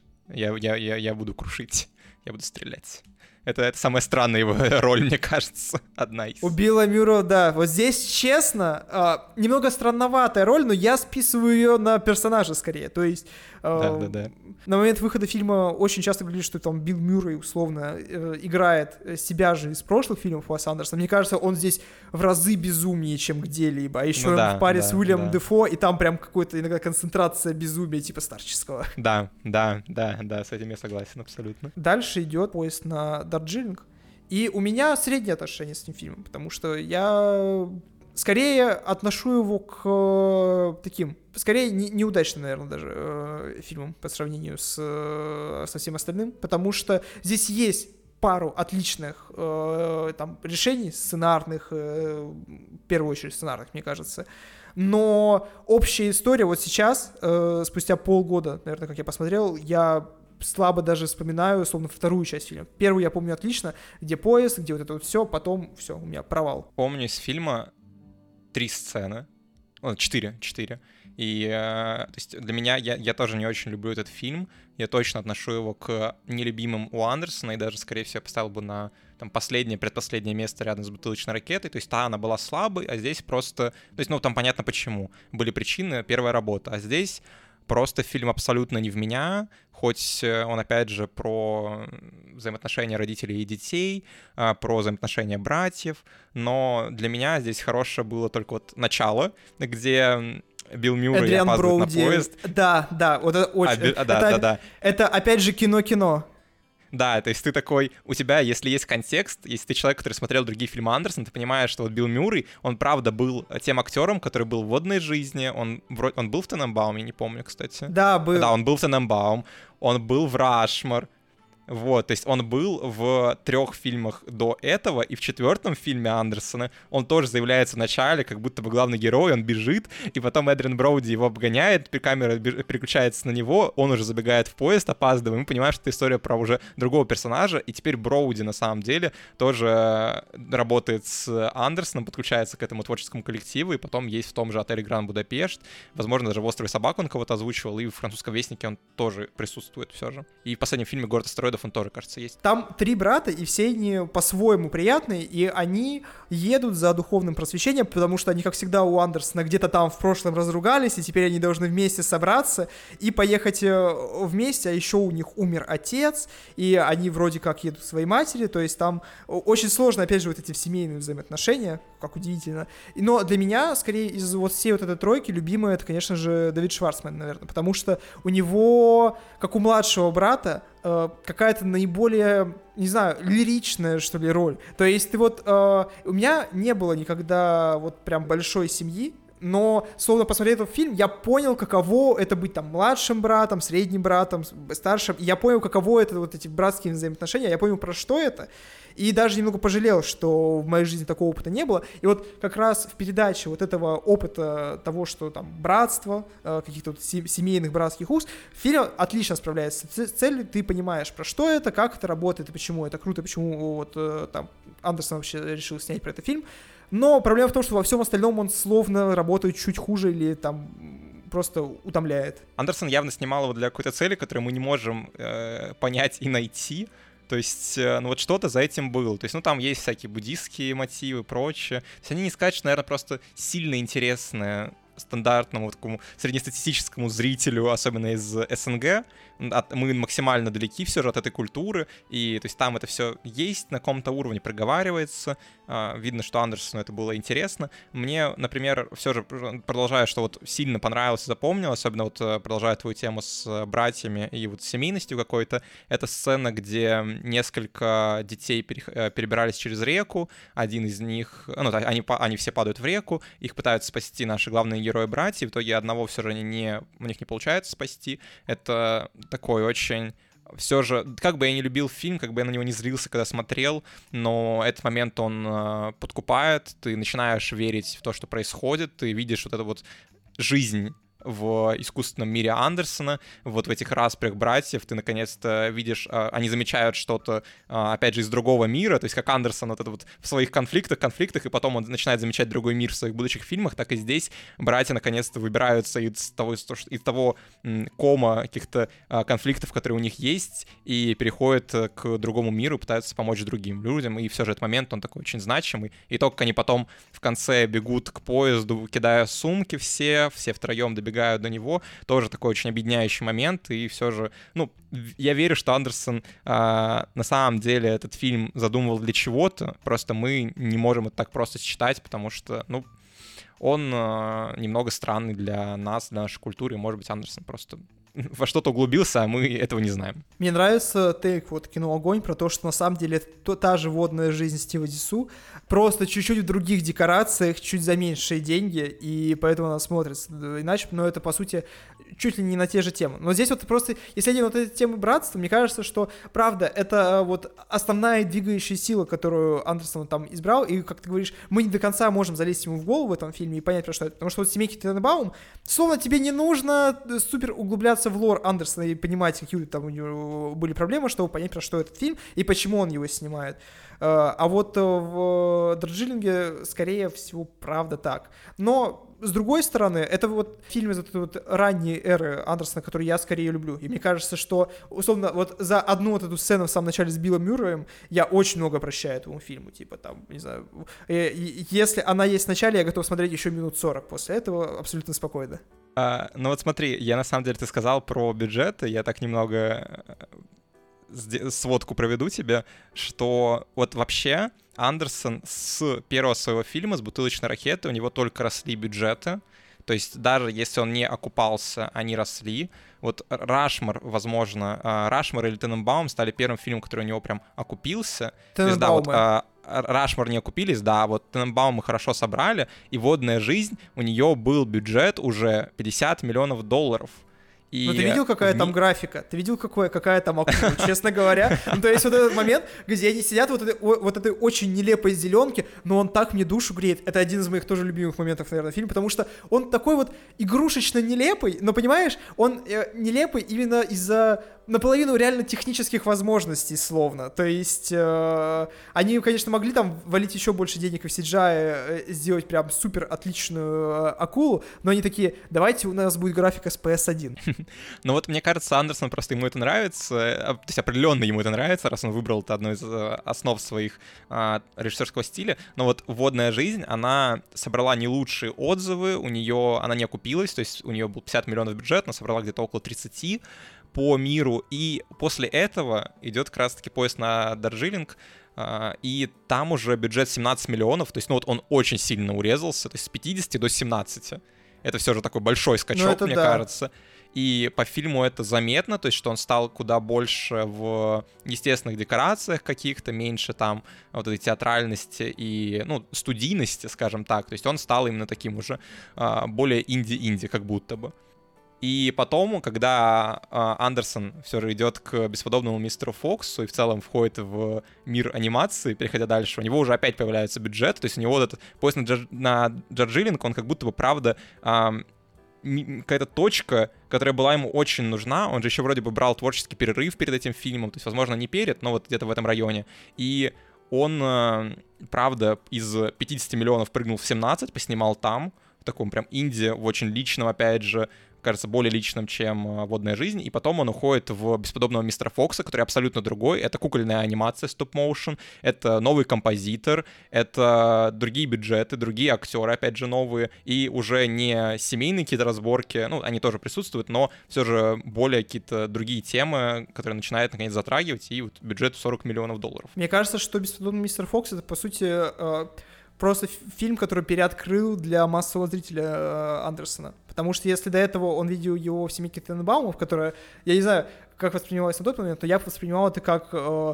Я буду крушить, я буду стрелять. Это самая странная его роль, мне кажется, одна из. У Билла Мюррея, да. Вот здесь, честно, немного странноватая роль, но я списываю ее на персонажа скорее. То есть да. На момент выхода фильма очень часто говорили, что там Билл Мюррей условно играет себя же из прошлых фильмов Уэса Андерсона. Мне кажется, он здесь в разы безумнее, чем где-либо. А еще в паре с Уильямом Дефо, и там прям какой-то иногда концентрация безумия типа старческого. Да, с этим я согласен абсолютно. Дальше идет поезд на Дарджилинг. И у меня среднее отношение с этим фильмом, потому что я скорее отношу его к таким, скорее неудачным, наверное, даже фильмам по сравнению со всем остальным, потому что здесь есть пару отличных там решений сценарных, в первую очередь сценарных, мне кажется, но общая история вот сейчас, спустя полгода, наверное, как я посмотрел, я слабо даже вспоминаю, словно вторую часть фильма. Первую я помню отлично, где поезд, где вот это вот все, потом все, у меня провал. Помню из фильма 3 сцены, 4. И то есть для меня, я тоже не очень люблю этот фильм, я точно отношу его к нелюбимым у Андерсона, и даже, скорее всего, поставил бы на там предпоследнее место рядом с «Бутылочной ракетой», то есть она была слабой, а здесь просто, то есть, там понятно почему, были причины, первая работа, а здесь просто фильм абсолютно не в меня, хоть он, опять же, про взаимоотношения родителей и детей, про взаимоотношения братьев, но для меня здесь хорошее было только вот начало, где Билл Мюррей опаздывает на поезд. Да, вот это очень... Это опять же кино. Да, то есть ты такой, у тебя, если есть контекст, если ты человек, который смотрел другие фильмы Андерсона, ты понимаешь, что вот Билл Мюррей, он правда был тем актером, который был в «Водной жизни», он был в «Тененбауме», не помню, кстати. Да, был. Да, он был в «Тененбаум», он был в «Рашмор». Вот, то есть он был в 3 фильмах до этого, и в 4 фильме Андерсона он тоже заявляется в начале, как будто бы главный герой, он бежит, и потом Эдриан Броуди его обгоняет, камера переключается на него, он уже забегает в поезд, опаздывает, и мы понимаем, что это история про уже другого персонажа, и теперь Броуди на самом деле тоже работает с Андерсоном, подключается к этому творческому коллективу, и потом есть в том же отеле Гранд Будапешт, возможно, даже в «Острове собак» он кого-то озвучивал, и в «Французском вестнике» он тоже присутствует все же. И в последнем фильме «Город астероидов» он тоже, кажется, есть. Там 3 брата, и все они по-своему приятные, и они едут за духовным просвещением, потому что они, как всегда, у Андерсона где-то там в прошлом разругались, и теперь они должны вместе собраться и поехать вместе, а еще у них умер отец, и они вроде как едут к своей матери, то есть там очень сложно, опять же, вот эти семейные взаимоотношения, как удивительно. Но для меня, скорее, из вот всей вот этой тройки любимый это, конечно же, Дэвид Шварцман, наверное, потому что у него, как у младшего брата, какая-то наиболее, не знаю, лиричная, что ли, роль. То есть ты вот... у меня не было никогда вот прям большой семьи, но, словно посмотрев этот фильм, я понял, каково это быть там младшим братом, средним братом, старшим. И я понял, каково это вот эти братские взаимоотношения. Я понял, про что это. И даже немного пожалел, что в моей жизни такого опыта не было. И вот как раз в передаче вот этого опыта того, что там братство, каких-то вот семейных братских уз, фильм отлично справляется с целью. Ты понимаешь, про что это, как это работает и почему это круто, почему вот там Андерсон вообще решил снять про это фильм. Но проблема в том, что во всем остальном он словно работает чуть хуже или там просто утомляет. Андерсон явно снимал его для какой-то цели, которую мы не можем понять и найти. То есть, ну вот что-то за этим было. То есть, ну там есть всякие буддистские мотивы и прочее. То есть они не сказать, что, наверное, просто сильно интересные стандартному такому среднестатистическому зрителю, особенно из СНГ. Мы максимально далеки все же от этой культуры, и то есть там это все есть, на каком-то уровне проговаривается, видно, что Андерсону это было интересно. Мне, например, все же продолжая, что вот сильно понравилось и запомнил, особенно вот продолжая твою тему с братьями и вот семейностью какой-то, это сцена, где несколько детей перебирались через реку, один из них, ну, они все падают в реку, их пытаются спасти наши главные герои-братья, в итоге одного все же у них не получается спасти. Это такой очень... Все же, как бы я не любил фильм, как бы я на него не злился, когда смотрел, но этот момент он подкупает, ты начинаешь верить в то, что происходит, ты видишь вот эту вот жизнь в искусственном мире Андерсона, вот в этих распрях братьев, ты наконец-то видишь, они замечают что-то, опять же, из другого мира, то есть как Андерсон вот это вот в своих конфликтах, и потом он начинает замечать другой мир в своих будущих фильмах, так и здесь братья наконец-то выбираются из того кома каких-то конфликтов, которые у них есть, и переходят к другому миру, пытаются помочь другим людям, и все же этот момент, он такой очень значимый, и то, как они потом в конце бегут к поезду, кидая сумки все втроем добегают до него, тоже такой очень объединяющий момент, и все же, ну, я верю, что Андерсон на самом деле этот фильм задумывал для чего-то, просто мы не можем это так просто считать, потому что, ну, он немного странный для нас, для нашей культуры, и, может быть, Андерсон просто во что-то углубился, а мы этого не знаем. Мне нравится тейк вот кино «Огонь» про то, что на самом деле это та же водная жизнь Стива Зису, просто чуть-чуть в других декорациях, чуть за меньшие деньги, и поэтому она смотрится иначе, но это, по сути, чуть ли не на те же темы. Но здесь вот просто, если один вот этой темы братства, мне кажется, что, правда, это вот основная двигающая сила, которую Андерсон там избрал, и, как ты говоришь, мы не до конца можем залезть ему в голову в этом фильме и понять, про что это. Потому что вот «Семейки Тененбаум», словно тебе не нужно супер углубляться в лор Андерсона и понимать, какие там у него были проблемы, чтобы понять, про что этот фильм и почему он его снимает. А вот в Дарджилинге, скорее всего, правда так. Но с другой стороны, это вот фильм из этой вот ранней эры Андерсона, который я скорее люблю. И мне кажется, что, условно, вот за одну вот эту сцену в самом начале с Биллом Мюрреем я очень много прощаю этому фильму. Типа там, не знаю, если она есть в начале, я готов смотреть еще минут 40 после этого абсолютно спокойно. Ну вот смотри, я на самом деле, ты сказал про бюджеты, я так немного сводку проведу тебе, что вот вообще Андерсон с первого своего фильма, с «Бутылочной ракеты», у него только росли бюджеты, То есть даже если он не окупался, они росли. Вот «Рашмор», возможно, «Рашмор» или «Тененбаум» стали первым фильмом, который у него прям окупился. То есть, да, вот «Рашмор» не окупились, да, вот «Тененбаум» мы хорошо собрали, и «Водная жизнь», у нее был бюджет уже $50 миллионов. И ну, ты видел, какая там графика? Ты видел, какая там акула, честно говоря? Ну, то есть вот этот момент, где они сидят вот этой очень нелепой зеленке, но он так мне душу греет. Это один из моих тоже любимых моментов, наверное, фильма, потому что он такой вот игрушечно нелепый, но, понимаешь, он нелепый именно из-за наполовину реально технических возможностей, словно. То есть они, конечно, могли там валить еще больше денег и в CGI сделать прям супер отличную акулу, но они такие, давайте у нас будет графика с PS1. Ну вот, мне кажется, Андерсон просто ему это нравится, то есть определенно ему это нравится, раз он выбрал это одной из основ своих режиссерского стиля. Но вот «Водная жизнь», она собрала не лучшие отзывы, она не окупилась, то есть у нее был 50 миллионов бюджет, но собрала где-то около 30 по миру, и после этого идет как раз-таки поезд на Дарджилинг, и там уже бюджет 17 миллионов, то есть, ну вот он очень сильно урезался, то есть с 50 до 17. Это все же такой большой скачок, мне кажется. И по фильму это заметно, то есть что он стал куда больше в естественных декорациях каких-то, меньше там вот этой театральности и, ну, студийности, скажем так. То есть он стал именно таким уже более инди-инди, как будто бы. И потом, когда Андерсон все же идет к бесподобному мистеру Фоксу и в целом входит в мир анимации, переходя дальше, у него уже опять появляется бюджет, то есть у него вот этот поезд на Дарджилинг, он как будто бы, правда, какая-то точка, которая была ему очень нужна. Он же еще вроде бы брал творческий перерыв перед этим фильмом, то есть, возможно, не перед, но вот где-то в этом районе. И он, правда, из 50 миллионов прыгнул в 17, поснимал там, в таком прям инди, в очень личном, опять же, кажется, более личным, чем «Водная жизнь», и потом он уходит в «Бесподобного мистера Фокса», который абсолютно другой. Это кукольная анимация стоп-моушен, это новый композитор, это другие бюджеты, другие актеры, опять же, новые, и уже не семейные какие-то разборки, ну, они тоже присутствуют, но все же более какие-то другие темы, которые начинают, наконец, затрагивать, и вот бюджет $40 миллионов. Мне кажется, что «Бесподобный мистер Фокс» — это, по сути, просто фильм, который переоткрыл для массового зрителя Андерсона. Потому что если до этого он видел его в «Семейке Тененбаумов», которая, я не знаю, как воспринималось на тот момент, но я воспринимал это как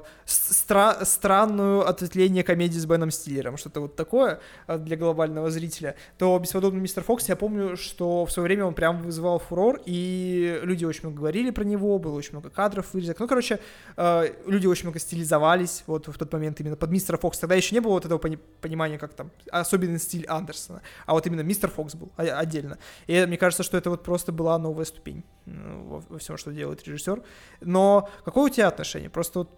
странную ответвление комедии с Беном Стиллером, что-то вот такое для глобального зрителя, то «Бесподобный мистер Фокс», я помню, что в свое время он прям вызывал фурор, и люди очень много говорили про него, было очень много кадров, вырезок. Ну, короче, люди очень много стилизовались вот в тот момент именно под мистера Фокса. Тогда еще не было вот этого понимания, как там особенный стиль Андерсона, а вот именно мистер Фокс был отдельно. И мне кажется, что это вот просто была новая ступень во всем, что делает режиссер. Но какое у тебя отношение? Просто вот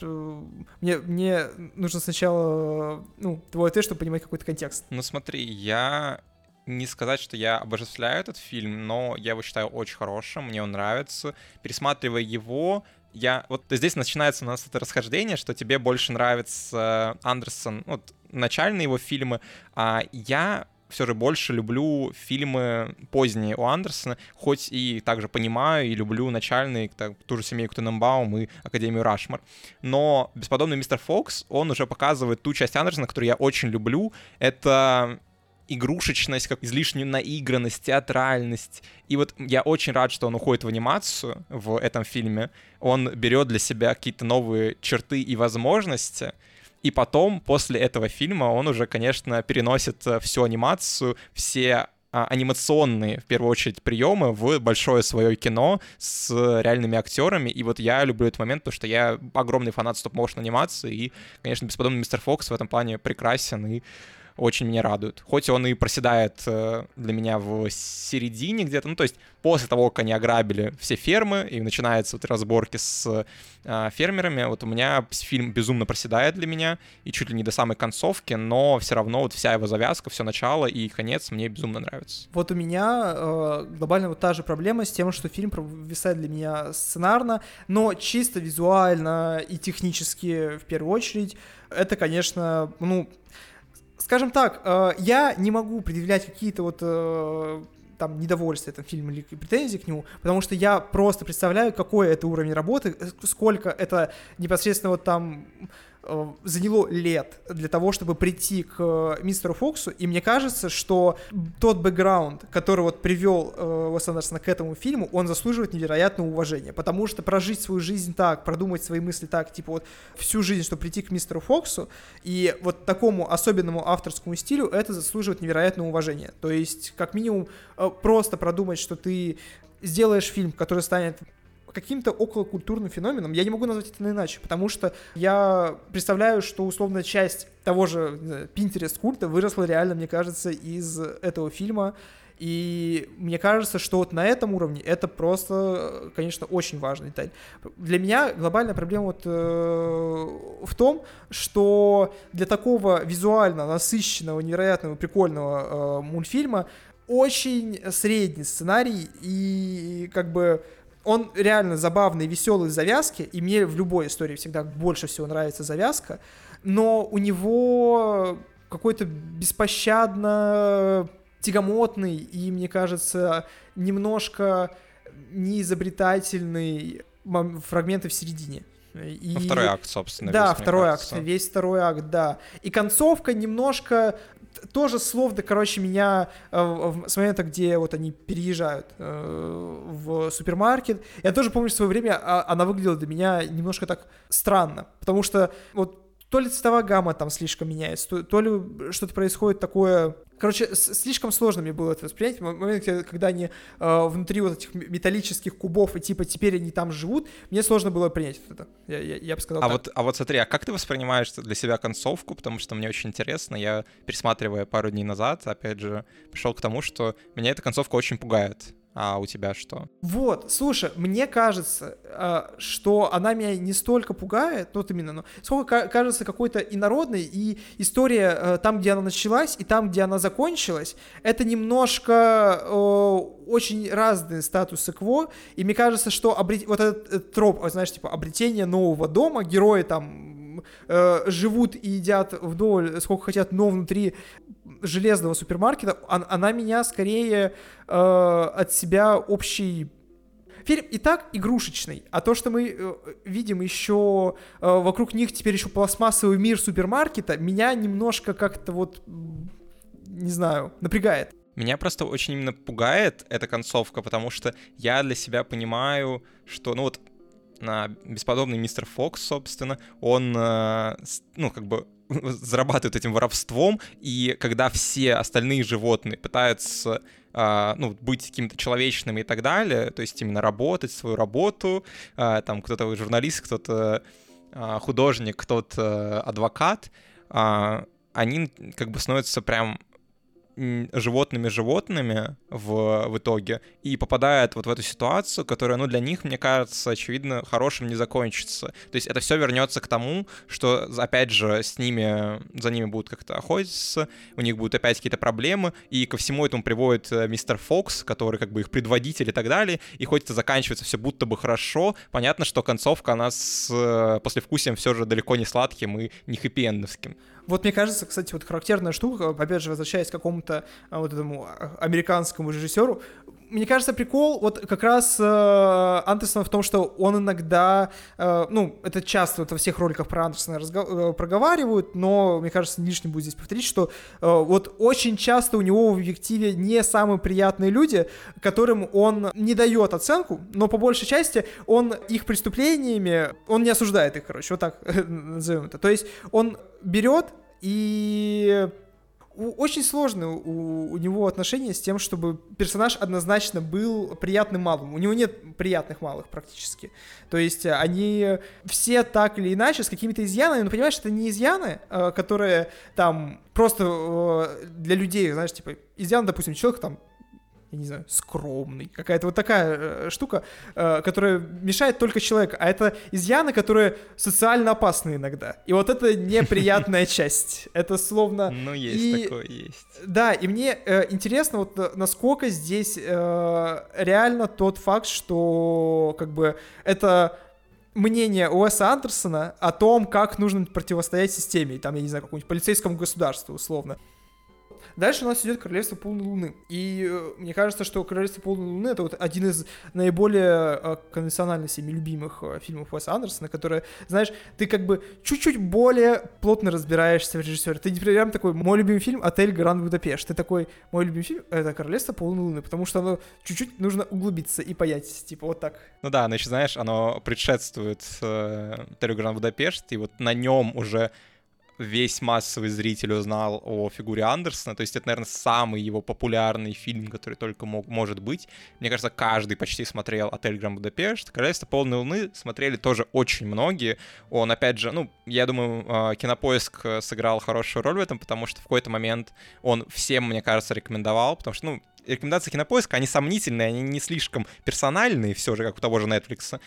мне нужно сначала, твой ответ, чтобы понимать какой-то контекст. Ну смотри, я не сказать, что я обожествляю этот фильм, но я его считаю очень хорошим, мне он нравится. Пересматривая его, вот здесь начинается у нас это расхождение, что тебе больше нравится Андерсон, вот начальные его фильмы, а я все же больше люблю фильмы поздние у Андерсона, хоть и также понимаю и люблю начальные, ту же «Семейку Тененбаум» и «Академию Рашмор». Но «Бесподобный мистер Фокс», он уже показывает ту часть Андерсона, которую я очень люблю. Это игрушечность, как излишнюю наигранность, театральность. И вот я очень рад, что он уходит в анимацию в этом фильме. Он берет для себя какие-то новые черты и возможности. И потом, после этого фильма, он уже, конечно, переносит всю анимацию, все анимационные, в первую очередь, приемы в большое свое кино с реальными актерами. И вот я люблю этот момент, потому что я огромный фанат стоп-моушен анимации, и, конечно, «Бесподобный мистер Фокс» в этом плане прекрасен и очень меня радует. Хоть он и проседает для меня в середине где-то, то есть после того, как они ограбили все фермы, и начинаются вот разборки с фермерами, вот у меня фильм безумно проседает для меня, и чуть ли не до самой концовки, но все равно вот вся его завязка, все начало и конец мне безумно нравится. Вот у меня глобально вот та же проблема с тем, что фильм провисает для меня сценарно, но чисто визуально и технически в первую очередь, это, конечно, скажем так, я не могу предъявлять какие-то вот там недовольства этого фильма или претензий к нему, потому что я просто представляю, какой это уровень работы, сколько это непосредственно вот там заняло лет для того, чтобы прийти к мистеру Фоксу, и мне кажется, что тот бэкграунд, который вот привел Уэса Андерсона к этому фильму, он заслуживает невероятного уважения, потому что прожить свою жизнь так, продумать свои мысли так, типа вот всю жизнь, чтобы прийти к мистеру Фоксу, и вот такому особенному авторскому стилю, это заслуживает невероятного уважения. То есть, как минимум, просто продумать, что ты сделаешь фильм, который станет каким-то околокультурным феноменом, я не могу назвать это иначе, потому что я представляю, что условно часть того же Pinterest-культа выросла реально, мне кажется, из этого фильма, и мне кажется, что вот на этом уровне это просто, конечно, очень важная деталь. Для меня глобальная проблема вот в том, что для такого визуально насыщенного, невероятного, прикольного мультфильма очень средний сценарий, и как бы он реально забавный, веселый в завязке, и мне в любой истории всегда больше всего нравится завязка, но у него какой-то беспощадно тягомотный и, мне кажется, немножко неизобретательный фрагменты в середине. И... Второй акт, собственно. Да, весь второй акт, да. И концовка немножко тоже словно, короче, меня с момента, где вот они переезжают в супермаркет, я тоже помню, что в свое время она выглядела для меня немножко так странно, потому что вот то ли цветовая гамма там слишком меняется, то ли что-то происходит такое... Короче, слишком сложно мне было это воспринять. В момент, когда они внутри вот этих металлических кубов, и типа теперь они там живут, мне сложно было принять это. Я бы сказал так. Вот смотри, а как ты воспринимаешь для себя концовку? Потому что мне очень интересно. Я, пересматривая пару дней назад, опять же, пришел к тому, что меня эта концовка очень пугает. А у тебя что? Вот, слушай, мне кажется, что она меня не столько пугает, вот именно, но сколько кажется какой-то инородной, и история там, где она началась, и там, где она закончилась, это немножко очень разные статусы кво, и мне кажется, что вот этот троп, знаешь, типа обретение нового дома, герои там живут и едят вдоволь, сколько хотят, но внутри железного супермаркета, она меня скорее от себя общий... Фильм и так игрушечный, а то, что мы видим еще вокруг них теперь еще пластмассовый мир супермаркета, меня немножко как-то вот, не знаю, напрягает. Меня просто очень именно пугает эта концовка, потому что я для себя понимаю, что, ну вот, бесподобный мистер Фокс, собственно, он, ну, как бы зарабатывает этим воровством, и когда все остальные животные пытаются быть какими-то человечными и так далее, то есть именно работать свою работу, там кто-то журналист, кто-то художник, кто-то адвокат, они как бы становятся прям животными в итоге и попадают вот в эту ситуацию, которая, ну, для них, мне кажется, очевидно, хорошим не закончится. То есть это все вернется к тому, что, опять же, за ними будут как-то охотиться, у них будут опять какие-то проблемы, и ко всему этому приводит мистер Фокс, который как бы их предводитель и так далее, и хоть это заканчивается все будто бы хорошо, понятно, что концовка, она с послевкусием все же далеко не сладким и не хэппи-эндовским. Вот мне кажется, кстати, вот характерная штука, опять же, возвращаясь к какому-то вот этому американскому режиссеру, мне кажется, прикол вот как раз Андерсона в том, что он иногда, это часто вот во всех роликах про Андерсона проговаривают, но, мне кажется, лишним будет здесь повторить, что вот очень часто у него в объективе не самые приятные люди, которым он не дает оценку, но по большей части он их преступлениями, он не осуждает их, короче, вот так назовем это. То есть он берет и... Очень сложно у него отношения с тем, чтобы персонаж однозначно был приятным малым. У него нет приятных малых практически. То есть они все так или иначе с какими-то изъянами, но понимаешь, это не изъяны, которые там просто для людей, знаешь, типа изъян, допустим, человек там, я не знаю, скромный. Какая-то вот такая штука, которая мешает только человеку. А это изъяны, которые социально опасны иногда. И вот это неприятная часть. Это словно... Ну, есть такое, есть. Да, и мне интересно, вот насколько здесь реально тот факт, что как бы это... мнение Уэса Андерсона о том, как нужно противостоять системе, там, я не знаю, какому-нибудь полицейскому государству, условно. Вот. Дальше у нас идет «Королевство полной луны». И мне кажется, что «Королевство полной луны» — это вот один из наиболее конвенционально всеми любимых фильмов Уэса Андерсона, которые, знаешь, ты как бы чуть-чуть более плотно разбираешься в режиссере. Ты не прям такой: мой любимый фильм — «Отель Гранд Будапешт». Ты такой: мой любимый фильм — это «Королевство полной луны», потому что оно чуть-чуть нужно углубиться и понять, типа вот так. Ну да, значит, знаешь, оно предшествует «Отелю Гранд Будапешт», и вот на нем уже весь массовый зритель узнал о фигуре Андерсона. То есть это, наверное, самый его популярный фильм, который только может быть. Мне кажется, каждый почти смотрел «Отель Гранд Будапешт». «Королевство полной луны» смотрели тоже очень многие. Он, опять же, ну, я думаю, Кинопоиск сыграл хорошую роль в этом, потому что в какой-то момент он всем, мне кажется, рекомендовал, потому что, ну, рекомендации Кинопоиска, они сомнительные, они не слишком персональные все же, как у того же Netflix.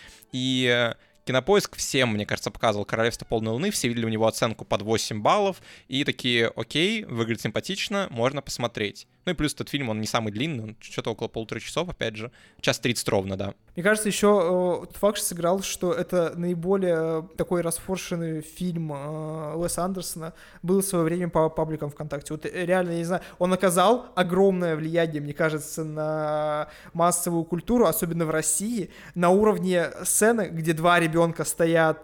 И Кинопоиск всем, мне кажется, показывал «Королевство полной луны», все видели у него оценку под 8 баллов, и такие: окей, выглядит симпатично, можно посмотреть. Ну и плюс этот фильм, он не самый длинный, он что-то около 1,5 часов, опять же. 1:30 ровно, да. Мне кажется, еще тот факт сыграл, что это наиболее такой расфоршенный фильм Уэса Андерсона был в свое время по пабликам ВКонтакте. Вот реально, я не знаю, он оказал огромное влияние, мне кажется, на массовую культуру, особенно в России, на уровне сцены, где два ребенка стоят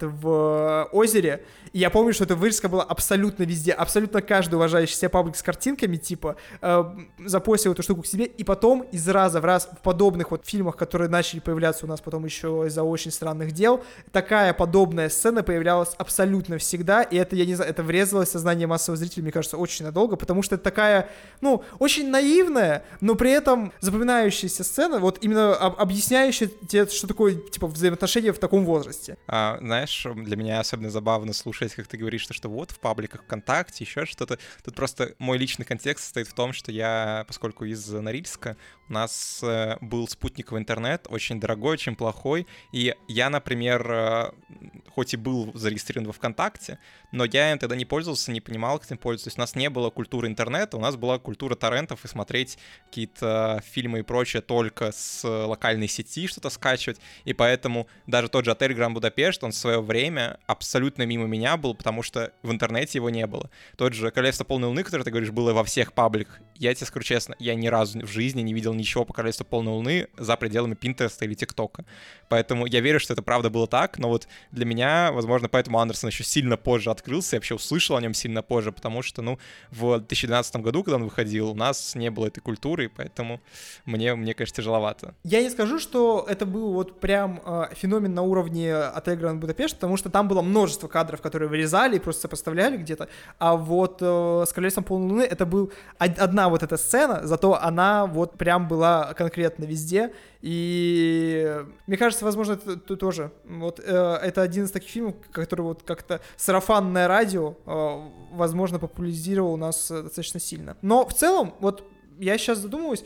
в озере. И я помню, что эта вырезка была абсолютно везде. Абсолютно каждый уважающий себя паблик с картинками, типа, запостил эту штуку к себе, и потом из раза в раз в подобных вот фильмах, которые начали появляться у нас потом еще из-за «Очень странных дел», такая подобная сцена появлялась абсолютно всегда, и это, я не знаю, это врезалось в сознание массового зрителя, мне кажется, очень надолго, потому что это такая, ну, очень наивная, но при этом запоминающаяся сцена, вот именно объясняющая тебе, что такое, типа, взаимоотношения в таком возрасте. Знаешь, для меня особенно забавно слушать, как ты говоришь, что вот в пабликах ВКонтакте, еще что-то. Тут просто мой личный контекст состоит в том, что я, поскольку из Норильска, у нас был спутниковый интернет, очень дорогой, очень плохой, и я, например, хоть и был зарегистрирован во ВКонтакте, но я им тогда не пользовался, не понимал, как им пользоваться. То есть у нас не было культуры интернета, у нас была культура торрентов и смотреть какие-то фильмы и прочее только с локальной сети, что-то скачивать, и поэтому даже тот же «Отель Гранд Будапешт», он в свое время абсолютно мимо меня был, потому что в интернете его не было. Тот же «Королевство полной луны», который ты говоришь, было во всех пабликах. Я тебе скажу честно, я ни разу в жизни не видел ничего по «Королевству полной луны» за пределами Пинтереста или ТикТока. Поэтому я верю, что это правда было так, но вот для меня, возможно, поэтому Андерсон еще сильно позже открылся, я вообще услышал о нем сильно позже, потому что, ну, в 2012 году, когда он выходил, у нас не было этой культуры, поэтому мне, конечно, тяжеловато. Я не скажу, что это был вот прям феномен на уровне «Отель Гранд Будапешт», потому что там было множество кадров, которые вырезали и просто сопоставляли где-то, а вот с «Королевством полной луны» это был одна вот эта сцена, зато она вот прям была конкретно везде, и мне кажется, возможно, это тоже вот это один из таких фильмов, который вот как-то сарафанное радио, возможно, популяризировал у нас достаточно сильно. Но в целом, вот я сейчас задумываюсь,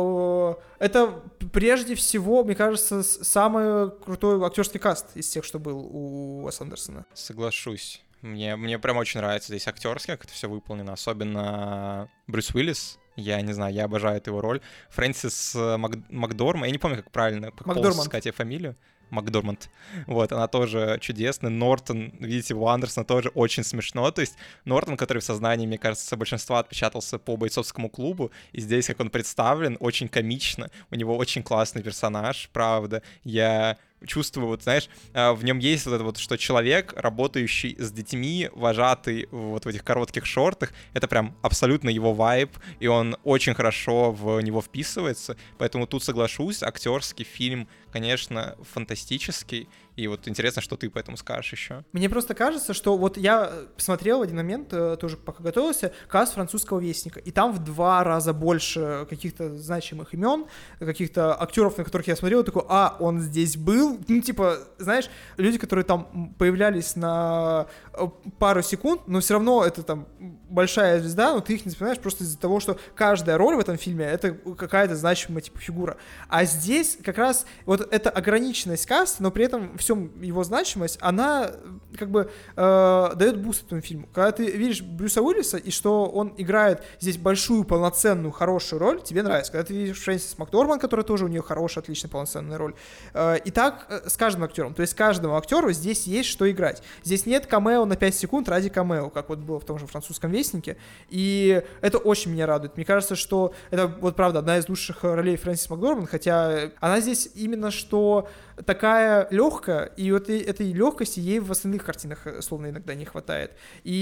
это прежде всего, мне кажется, самый крутой актерский каст из тех, что был у Уэса Андерсона. Соглашусь. Мне прям очень нравится здесь актерски, как это все выполнено, особенно Брюс Уиллис. Я не знаю, я обожаю эту его роль. Фрэнсис Макдорманд, я не помню, как правильно, как полностью сказать ее фамилию. Макдорманд. Вот, она тоже чудесная. Нортон, видите, у Андерсона тоже очень смешно. То есть Нортон, который в сознании, мне кажется, большинства отпечатался по «Бойцовскому клубу», и здесь, как он представлен, очень комично. У него очень классный персонаж, правда. Я чувствую, вот, знаешь, в нем есть вот это вот, что человек, работающий с детьми, вожатый вот в этих коротких шортах, это прям абсолютно его вайб, и он очень хорошо в него вписывается, поэтому тут соглашусь, актерский фильм, конечно, фантастический, и вот интересно, что ты по этому скажешь еще. Мне просто кажется, что вот я посмотрел в один момент, тоже пока готовился, каст «Французского вестника», и там в 2 раза больше каких-то значимых имен, каких-то актеров, на которых я смотрел, такой: он здесь был. Ну, типа, знаешь, люди, которые там появлялись на пару секунд, но все равно это там большая звезда, но ты их не вспоминаешь просто из-за того, что каждая роль в этом фильме — это какая-то значимая типа фигура. А здесь как раз вот эта ограниченность каста, но при этом всем его значимость, она как бы дает буст этому фильму. Когда ты видишь Брюса Уиллиса, и что он играет здесь большую, полноценную, хорошую роль, тебе нравится. Когда ты видишь Фрэнсис Макдорманд, которая тоже у нее хорошая, отличная, полноценная роль. И так с каждым актером. То есть каждому актеру здесь есть что играть. Здесь нет камео на 5 секунд ради камео, как вот было в том же «Французском вестнике». И это очень меня радует. Мне кажется, что это вот правда одна из лучших ролей Фрэнсис Макдорманд, хотя она здесь именно что такая легкая, и вот этой легкости ей в остальных картинах словно иногда не хватает.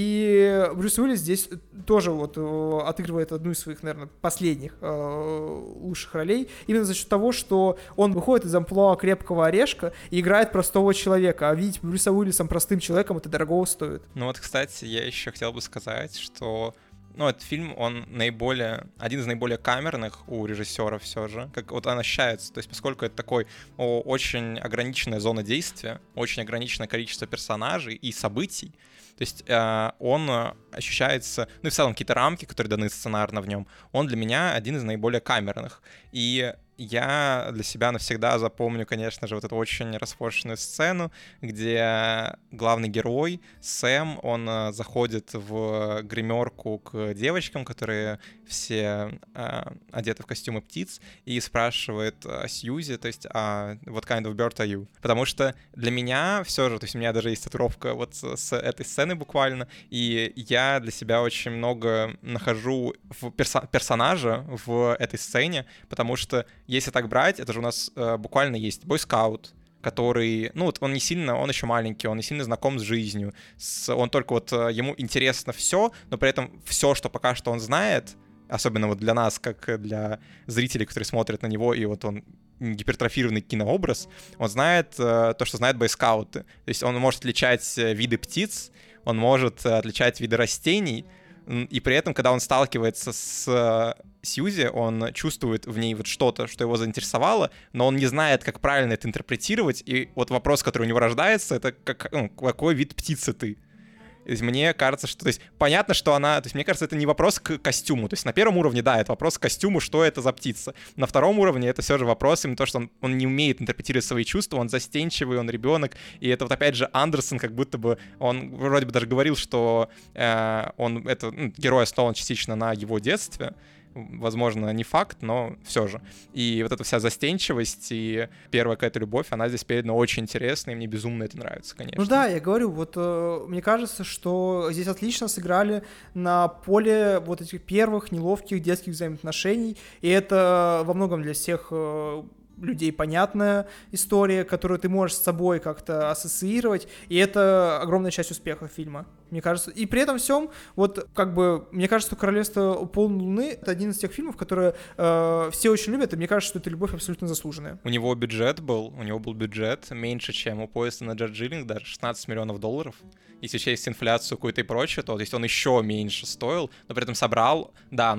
И Брюс Уиллис здесь тоже вот отыгрывает одну из своих, наверное, последних лучших ролей, именно за счет того, что он выходит из амплуа крепкого орешка и играет простого человека, а видеть Брюса Уиллисом простым человеком это дорого стоит. Ну вот, кстати, я еще хотел бы сказать, что этот фильм, он один из наиболее камерных у режиссера все же, как вот он ощущается, то есть поскольку это такой очень ограниченная зона действия, очень ограниченное количество персонажей и событий, то есть он ощущается, и в целом какие-то рамки, которые даны сценарно в нем, он для меня один из наиболее камерных. И я для себя навсегда запомню, конечно же, вот эту очень расфоршенную сцену, где главный герой, Сэм, он заходит в гримерку к девочкам, которые все одеты в костюмы птиц, и спрашивает Сьюзи, то есть, what kind of bird are you? Потому что для меня все же, то есть у меня даже есть татуировка вот с этой сцены буквально, и я для себя очень много нахожу в персонажа в этой сцене, потому что если так брать, это же у нас буквально есть бойскаут, который, он еще маленький, он не сильно знаком с жизнью, он только вот ему интересно все, но при этом все, что пока что он знает, особенно вот для нас, как для зрителей, которые смотрят на него, и вот он гипертрофированный кинообраз, он знает то, что знают бойскауты. То есть он может отличать виды птиц, он может отличать виды растений, и при этом, когда он сталкивается с Сьюзи, он чувствует в ней вот что-то, что его заинтересовало, но он не знает, как правильно это интерпретировать, и вот вопрос, который у него рождается, это какой вид птицы ты? То есть мне кажется, что... То есть понятно, что она... То есть мне кажется, это не вопрос к костюму. То есть на первом уровне, да, это вопрос к костюму, что это за птица. На втором уровне это все же вопрос именно то, что он не умеет интерпретировать свои чувства, он застенчивый, он ребенок. И это вот опять же Андерсон, как будто бы... Он вроде бы даже говорил, что герой основан частично на его детстве. Возможно, не факт, но все же. И вот эта вся застенчивость и первая какая-то любовь, она здесь передана очень интересно, и мне безумно это нравится, конечно. Ну да, я говорю, вот мне кажется, что здесь отлично сыграли на поле вот этих первых неловких детских взаимоотношений, и это во многом для всех людей понятная история, которую ты можешь с собой как-то ассоциировать, и это огромная часть успеха фильма, мне кажется. И при этом всем, вот как бы, мне кажется, что «Королевство полной луны» — это один из тех фильмов, которые все очень любят, и мне кажется, что эта любовь абсолютно заслуженная. У него был бюджет меньше, чем у «Поезда на Дарджилинг», даже $16 миллионов. Если учесть инфляцию какую-то и прочее, то есть он еще меньше стоил, но при этом собрал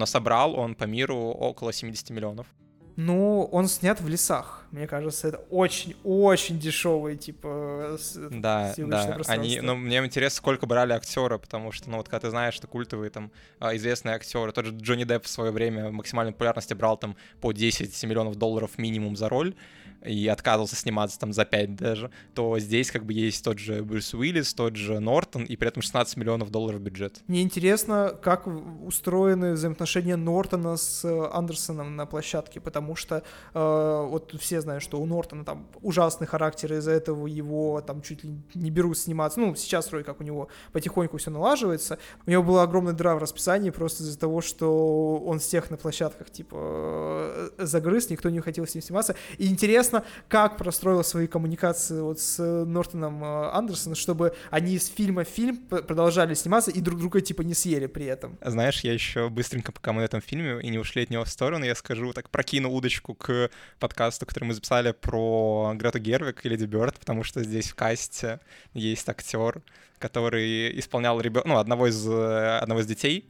он по миру около 70 миллионов. Ну, он снят в лесах. Мне кажется, это очень-очень дешевый, типа, съемочное пространство. Мне интересно, сколько брали актера, потому что, вот когда ты знаешь, что культовые там известные актеры, тот же Джонни Депп в свое время в максимальной популярности брал там по $10 миллионов минимум за роль, и отказывался сниматься там за 5 даже, то здесь как бы есть тот же Брюс Уиллис, тот же Нортон, и при этом $16 миллионов бюджет. Мне интересно, как устроены взаимоотношения Нортона с Андерсоном на площадке, потому что вот все знают, что у Нортона там ужасный характер, из-за этого его там чуть ли не берут сниматься. Сейчас вроде как у него потихоньку все налаживается. У него была огромная дыра в расписании просто из-за того, что он всех на площадках типа загрыз, никто не хотел с ним сниматься. И интересно, как простроил свои коммуникации вот с Нортоном Андерсоном, чтобы они из фильма в фильм продолжали сниматься и друг друга типа не съели при этом. Знаешь, я еще быстренько, пока мы на этом фильме и не ушли от него в сторону, я скажу, так прокину удочку к подкасту, который мы записали про Грету Гервиг и Леди Бёрд, потому что здесь в касте есть актер, который исполнял одного из детей,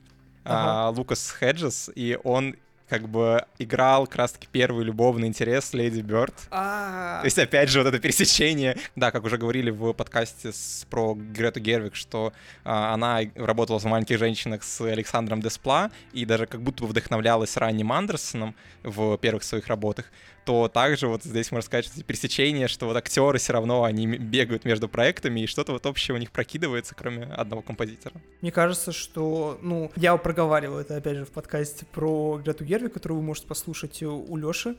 Лукас Хеджес, и он как бы играл как раз-таки первый любовный интерес Леди Бёрд. То есть, опять же, вот это пересечение. Да, как уже говорили в подкасте про Грету Гервиг, что она работала в «Маленьких женщинах» с Александром Деспла и даже как будто бы вдохновлялась ранним Андерсоном в первых своих работах, то также вот здесь можно сказать, что эти пересечения, что вот актеры все равно, они бегают между проектами, и что-то вот общее у них прокидывается, кроме одного композитора. Мне кажется, что, я проговаривал это, опять же, в подкасте про Грету Гервиг, который вы можете послушать у Лёши.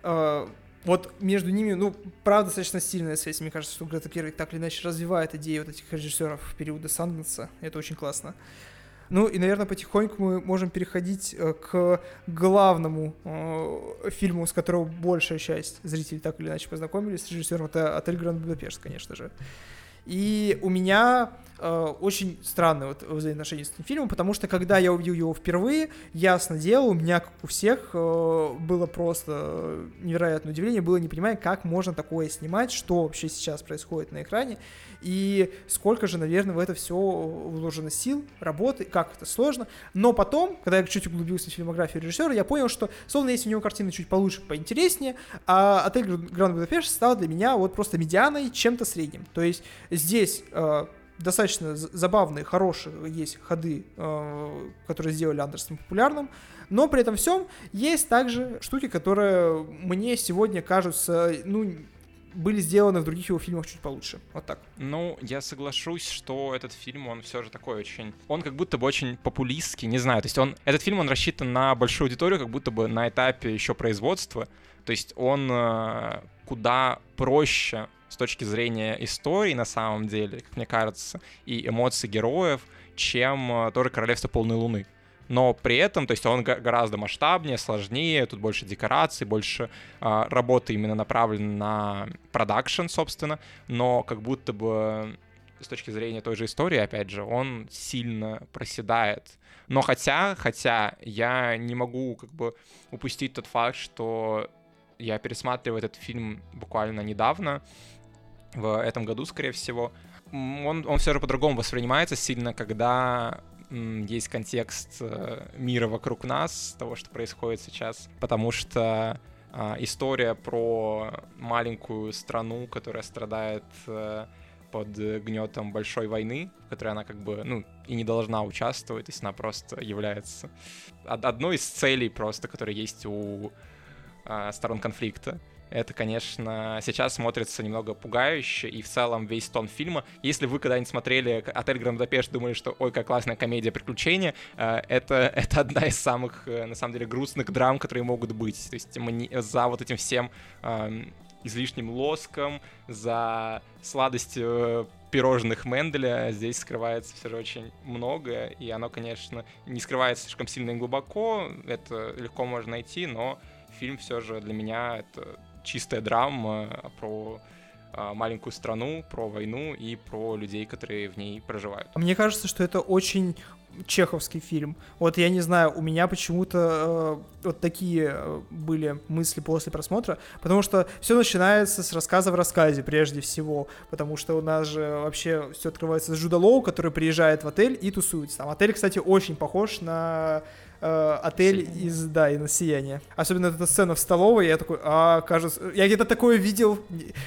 Вот между ними, правда, достаточно сильная связь. Мне кажется, что Грета Гервиг так или иначе развивает идеи вот этих режиссеров периода Санденса. Это очень классно. И, наверное, потихоньку мы можем переходить к главному фильму, с которого большая часть зрителей так или иначе познакомились с режиссером. Это «Отель Гранд Будапешт», конечно же. И у меня очень странное взаимоотношение с этим фильмом, потому что, когда я увидел его впервые, ясно дело, у меня, как у всех, было просто невероятное удивление, было непонимание, как можно такое снимать, что вообще сейчас происходит на экране, и сколько же, наверное, в это все вложено сил, работы, как это сложно. Но потом, когда я чуть углубился в фильмографию режиссера, я понял, что, словно есть у него картины чуть получше, поинтереснее, а «Отель Гранд Будапешт» стал для меня вот просто медианой, чем-то средним. То есть здесь достаточно забавные, хорошие есть ходы, которые сделали Андерсона популярным, но при этом всем есть также штуки, которые мне сегодня кажутся, были сделаны в других его фильмах чуть получше. Вот так. Я соглашусь, что этот фильм, он все же такой очень... Он как будто бы очень популистский, не знаю. То есть этот фильм, он рассчитан на большую аудиторию, как будто бы на этапе еще производства. То есть он куда проще с точки зрения истории, на самом деле, как мне кажется, и эмоций героев, чем тоже «Королевство полной луны». Но при этом, то есть он гораздо масштабнее, сложнее, тут больше декораций, больше работы именно направлено на продакшн, собственно, но как будто бы с точки зрения той же истории, опять же, он сильно проседает. Но хотя я не могу как бы упустить тот факт, что я пересматриваю этот фильм буквально недавно, в этом году, скорее всего. Он все же по-другому воспринимается сильно, когда есть контекст мира вокруг нас, того, что происходит сейчас, потому что история про маленькую страну, которая страдает под гнетом большой войны, в которой она как бы, и не должна участвовать, то есть она просто является одной из целей просто, которые есть у сторон конфликта. Это, конечно, сейчас смотрится немного пугающе, и в целом весь тон фильма. Если вы когда-нибудь смотрели «Отель Гранд Будапешт», думали, что ой, какая классная комедия приключения, это одна из самых, на самом деле, грустных драм, которые могут быть. То есть за вот этим всем излишним лоском, за сладостью пирожных Менделя здесь скрывается все же очень многое, и оно, конечно, не скрывается слишком сильно и глубоко, это легко можно найти, но фильм все же для меня это чистая драма про маленькую страну, про войну и про людей, которые в ней проживают. Мне кажется, что это очень чеховский фильм. Вот я не знаю, у меня почему-то вот такие были мысли после просмотра, потому что все начинается с рассказа в рассказе прежде всего, потому что у нас же вообще все открывается с Джуда Лоу, который приезжает в отель и тусуется. Там отель, кстати, очень похож на отель из «Сияние». Особенно эта сцена в столовой, я такой, кажется, я где-то такое видел,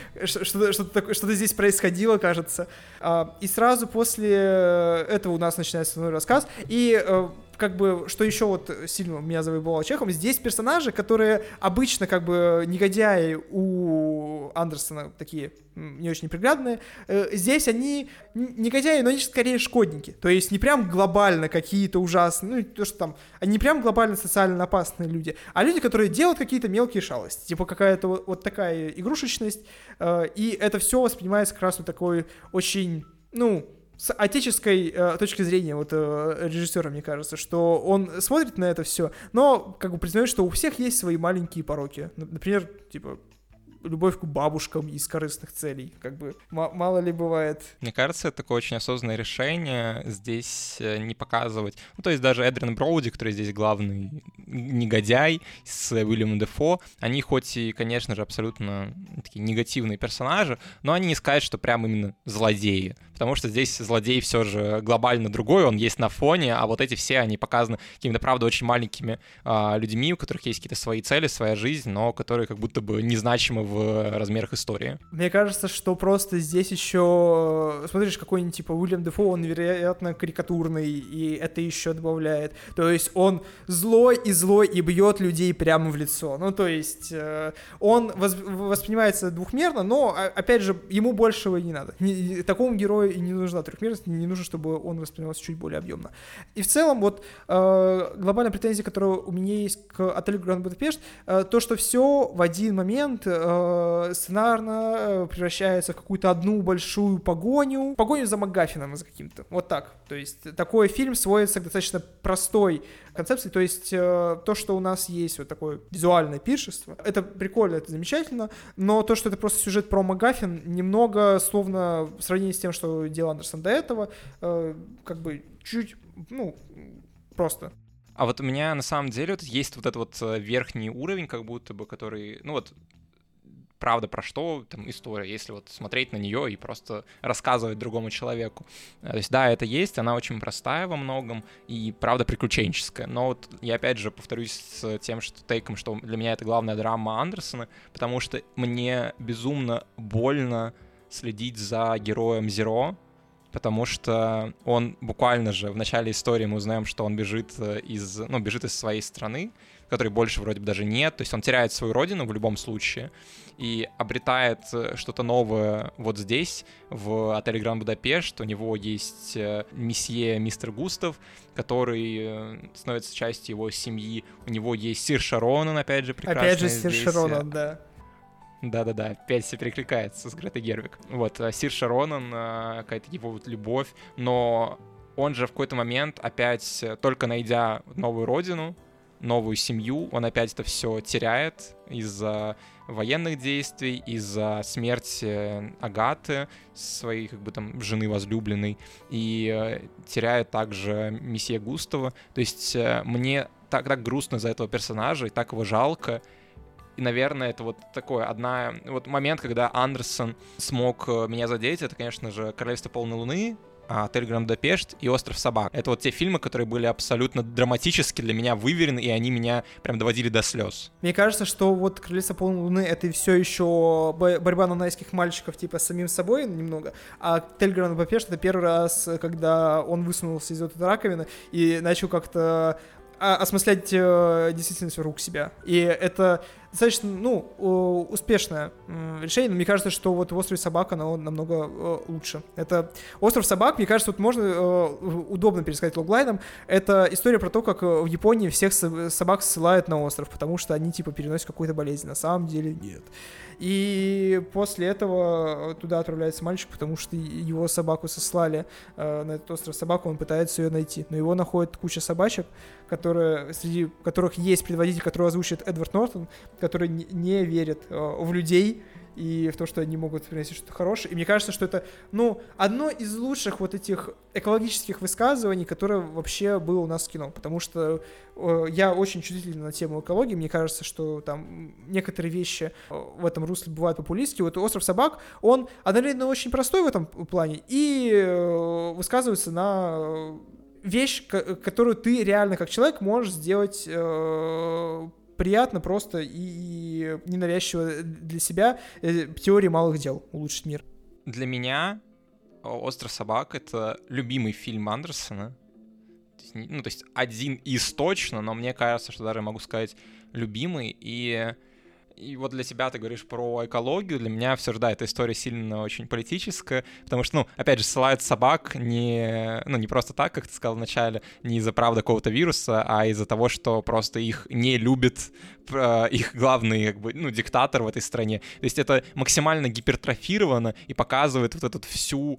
что-то здесь происходило, кажется. И сразу после этого у нас начинается основной рассказ, и как бы, что еще вот сильно меня завоевало Чехом, здесь персонажи, которые обычно как бы негодяи у Андерсона такие не очень неприглядные, здесь они негодяи, но они скорее шкодники, то есть не прям глобально какие-то ужасные, то, что там, они не прям глобально социально опасные люди, а люди, которые делают какие-то мелкие шалости, типа какая-то вот такая игрушечность, и это все воспринимается как раз вот такой очень, с отеческой точки зрения вот режиссера, мне кажется, что он смотрит на это все, но как бы признает, что у всех есть свои маленькие пороки. Например, типа любовь к бабушкам из корыстных целей, как бы мало ли бывает. Мне кажется, это такое очень осознанное решение здесь не показывать. То есть даже Эдриан Броуди, который здесь главный негодяй с Уильямом Дефо, они хоть и, конечно же, абсолютно такие негативные персонажи, но они не сказать, что прям именно злодеи. Потому что здесь злодей все же глобально другой, он есть на фоне, а вот эти все, они показаны какими-то, правда, очень маленькими людьми, у которых есть какие-то свои цели, своя жизнь, но которые как будто бы незначимы в размерах истории. Мне кажется, что просто здесь еще смотришь, какой-нибудь типа Уильям Дефо, он невероятно карикатурный, и это еще добавляет. То есть он злой и бьет людей прямо в лицо. Ну, то есть он воспринимается двухмерно, но, опять же, ему большего и не надо. Такому герою и не нужна трехмерность, не нужно, чтобы он воспринимался чуть более объемно. И в целом, вот, глобальная претензия, которая у меня есть к отелю Гранд Будапешт, то, что все в один момент сценарно превращается в какую-то одну большую погоню за МакГаффином за каким-то. Вот так. То есть такой фильм сводится к достаточно простой концепции. То есть то, что у нас есть вот такое визуальное пиршество, это прикольно, это замечательно, но то, что это просто сюжет про МакГаффин, немного, словно в сравнении с тем, что делал Андерсон до этого, как бы чуть, просто. А вот у меня на самом деле вот есть вот этот вот верхний уровень, как будто бы, который, правда, про что там история, если вот смотреть на нее и просто рассказывать другому человеку. То есть, да, это есть, она очень простая во многом и, правда, приключенческая. Но вот я, опять же, повторюсь с тем тейком, что для меня это главная драма Андерсона, потому что мне безумно больно следить за героем Зеро, потому что он буквально же в начале истории мы узнаем, что он бежит из своей страны, которой больше вроде бы даже нет, то есть он теряет свою родину в любом случае и обретает что-то новое вот здесь, в отеле Гранд Будапешт. У него есть месье мистер Густав, который становится частью его семьи, у него есть Сирша Ронан, опять же, прекрасная здесь. Опять же Сирша Ронан, да. Да-да-да, опять все перекликается с Гретой Гервиг. Вот, Сирша Ронан, какая-то его вот любовь, но он же в какой-то момент опять, только найдя новую родину, новую семью, он опять это все теряет из-за военных действий, из-за смерти Агаты, своей как бы там жены возлюбленной, и теряет также месье Густава. То есть мне так грустно за этого персонажа, и так его жалко. И, наверное, это вот такой момент, когда Андерсон смог меня задеть, это, конечно же, «Королевство полной луны», «Отель Гранд Будапешт» и «Остров собак». Это вот те фильмы, которые были абсолютно драматически для меня выверены, и они меня прям доводили до слез. Мне кажется, что вот «Королевство полной луны» — это все еще борьба нанайских мальчиков типа с самим собой немного, а «Отель Гранд Будапешт» — это первый раз, когда он высунулся из этой раковины и начал как-то осмыслять действительность вокруг себя. И это достаточно, успешное решение, но мне кажется, что вот в «Острове собак» оно намного лучше. Это «Остров собак», мне кажется, вот можно удобно пересказать логлайном. Это история про то, как в Японии всех собак ссылают на остров, потому что они типа переносят какую-то болезнь. На самом деле нет. И после этого туда отправляется мальчик, потому что его собаку сослали на этот остров собак, он пытается ее найти. Но его находит куча собачек, среди которых есть предводитель, которого озвучит Эдвард Нортон, который не верит в людей и в то, что они могут приносить что-то хорошее. И мне кажется, что это, одно из лучших вот этих экологических высказываний, которое вообще было у нас в кино. Потому что я очень чувствителен на тему экологии. Мне кажется, что там некоторые вещи в этом русле бывают популистские. Вот «Остров собак», он одновременно очень простой в этом плане и высказывается на вещь, которую ты реально как человек можешь сделать приятно, просто и ненавязчиво для себя, теории малых дел, улучшить мир. Для меня «Остров собак» — это любимый фильм Андерсона. То есть один из точно, но мне кажется, что даже могу сказать любимый. И вот для тебя ты говоришь про экологию, для меня все же, да, эта история сильно очень политическая, потому что, опять же, ссылают собак не просто так, как ты сказал вначале, не из-за правда какого-то вируса, а из-за того, что просто их не любит их главный, диктатор в этой стране. То есть это максимально гипертрофировано и показывает вот эту всю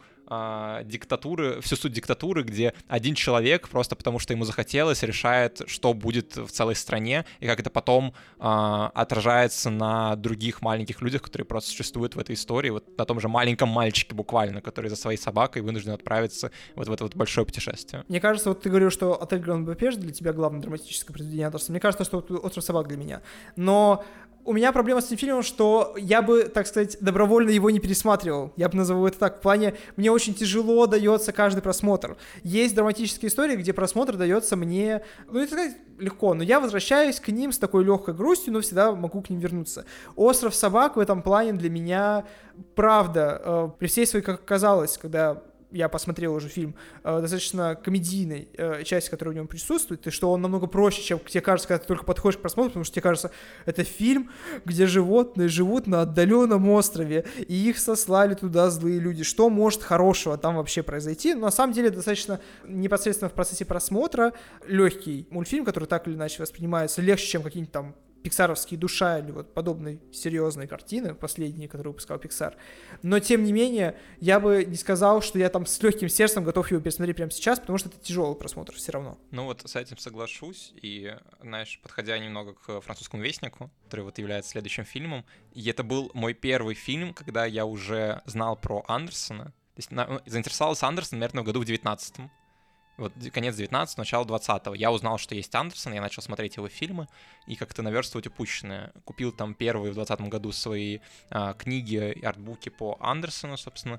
суть диктатуры, где один человек просто потому, что ему захотелось, решает, что будет в целой стране, и как это потом отражается на других маленьких людях, которые просто существуют в этой истории, вот на том же маленьком мальчике буквально, который за своей собакой вынужден отправиться вот в это вот большое путешествие. Мне кажется, вот ты говорил, что «Отель Гранд Будапешт» для тебя главное драматическое произведение Андерсона. Мне кажется, что «Остров собак» для меня. Но У меня проблема с этим фильмом, что я бы, так сказать, добровольно его не пересматривал. Я бы назову это так. В плане, мне очень тяжело дается каждый просмотр. Есть драматические истории, где просмотр дается мне, ну, это сказать, легко, но я возвращаюсь к ним с такой легкой грустью, но всегда могу к ним вернуться. «Остров собак» в этом плане для меня, правда, при всей своей, как оказалось, когда я посмотрел уже фильм, достаточно комедийной части, которая в нем присутствует, и что он намного проще, чем тебе кажется, когда ты только подходишь к просмотру, потому что тебе кажется, это фильм, где животные живут на отдаленном острове, и их сослали туда злые люди. Что может хорошего там вообще произойти? Но на самом деле достаточно непосредственно в процессе просмотра легкий мультфильм, который так или иначе воспринимается легче, чем какие-нибудь там пиксаровские «Душа» или вот подобные серьезные картины, последние, которые выпускал Pixar. Но, тем не менее, я бы не сказал, что я там с легким сердцем готов его пересмотреть прямо сейчас, потому что это тяжелый просмотр все равно. Ну вот с этим соглашусь, и, знаешь, подходя немного к «Французскому вестнику», который вот является следующим фильмом, и это был мой первый фильм, когда я уже знал про Андерсона. То есть заинтересовался Андерсон, наверное, в году в 19-м. Вот конец 19-го, начало 20-го. Я узнал, что есть Андерсон, я начал смотреть его фильмы и как-то наверстывать упущенное. Купил там первые в 20-м году свои книги и артбуки по Андерсону, собственно.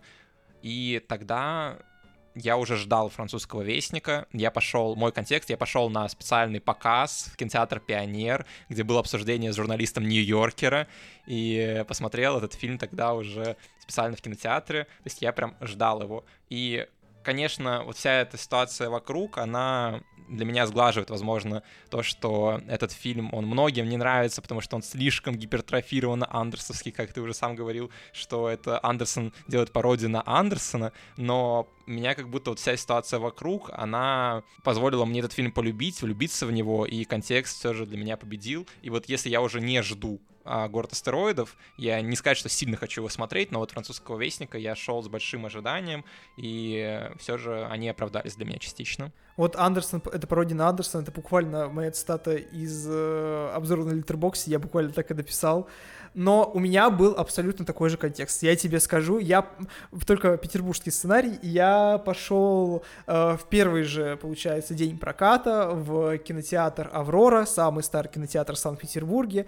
И тогда я уже ждал «Французского вестника». Мой контекст, я пошел на специальный показ в кинотеатр «Пионер», где было обсуждение с журналистом «Нью-Йоркера», и посмотрел этот фильм тогда уже специально в кинотеатре. То есть я прям ждал его. И конечно, вот вся эта ситуация вокруг, она для меня сглаживает, возможно, то, что этот фильм, он многим не нравится, потому что он слишком гипертрофированно андерсовский, как ты уже сам говорил, что это Андерсон делает пародию на Андерсона, но меня как будто вот вся ситуация вокруг, она позволила мне этот фильм полюбить, влюбиться в него, и контекст все же для меня победил. И вот если я уже не жду «Город астероидов», я не сказать, что сильно хочу его смотреть, но вот «Французского вестника» я шел с большим ожиданием, и все же они оправдались для меня частично. Вот Андерсон, это пародия на Андерсона, это буквально моя цитата из обзора на Letterboxd, я буквально так и написал. Но у меня был абсолютно такой же контекст. Я тебе скажу, я только петербургский сценарий, я пошел в первый же, получается, день проката в кинотеатр «Аврора», самый старый кинотеатр в Санкт-Петербурге,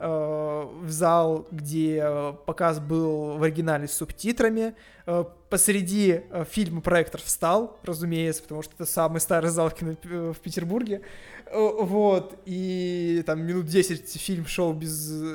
в зал, где показ был в оригинале с субтитрами. Посреди фильма проектор встал, разумеется, потому что это самый старый зал в Петербурге. Вот, и там минут 10 фильм шел без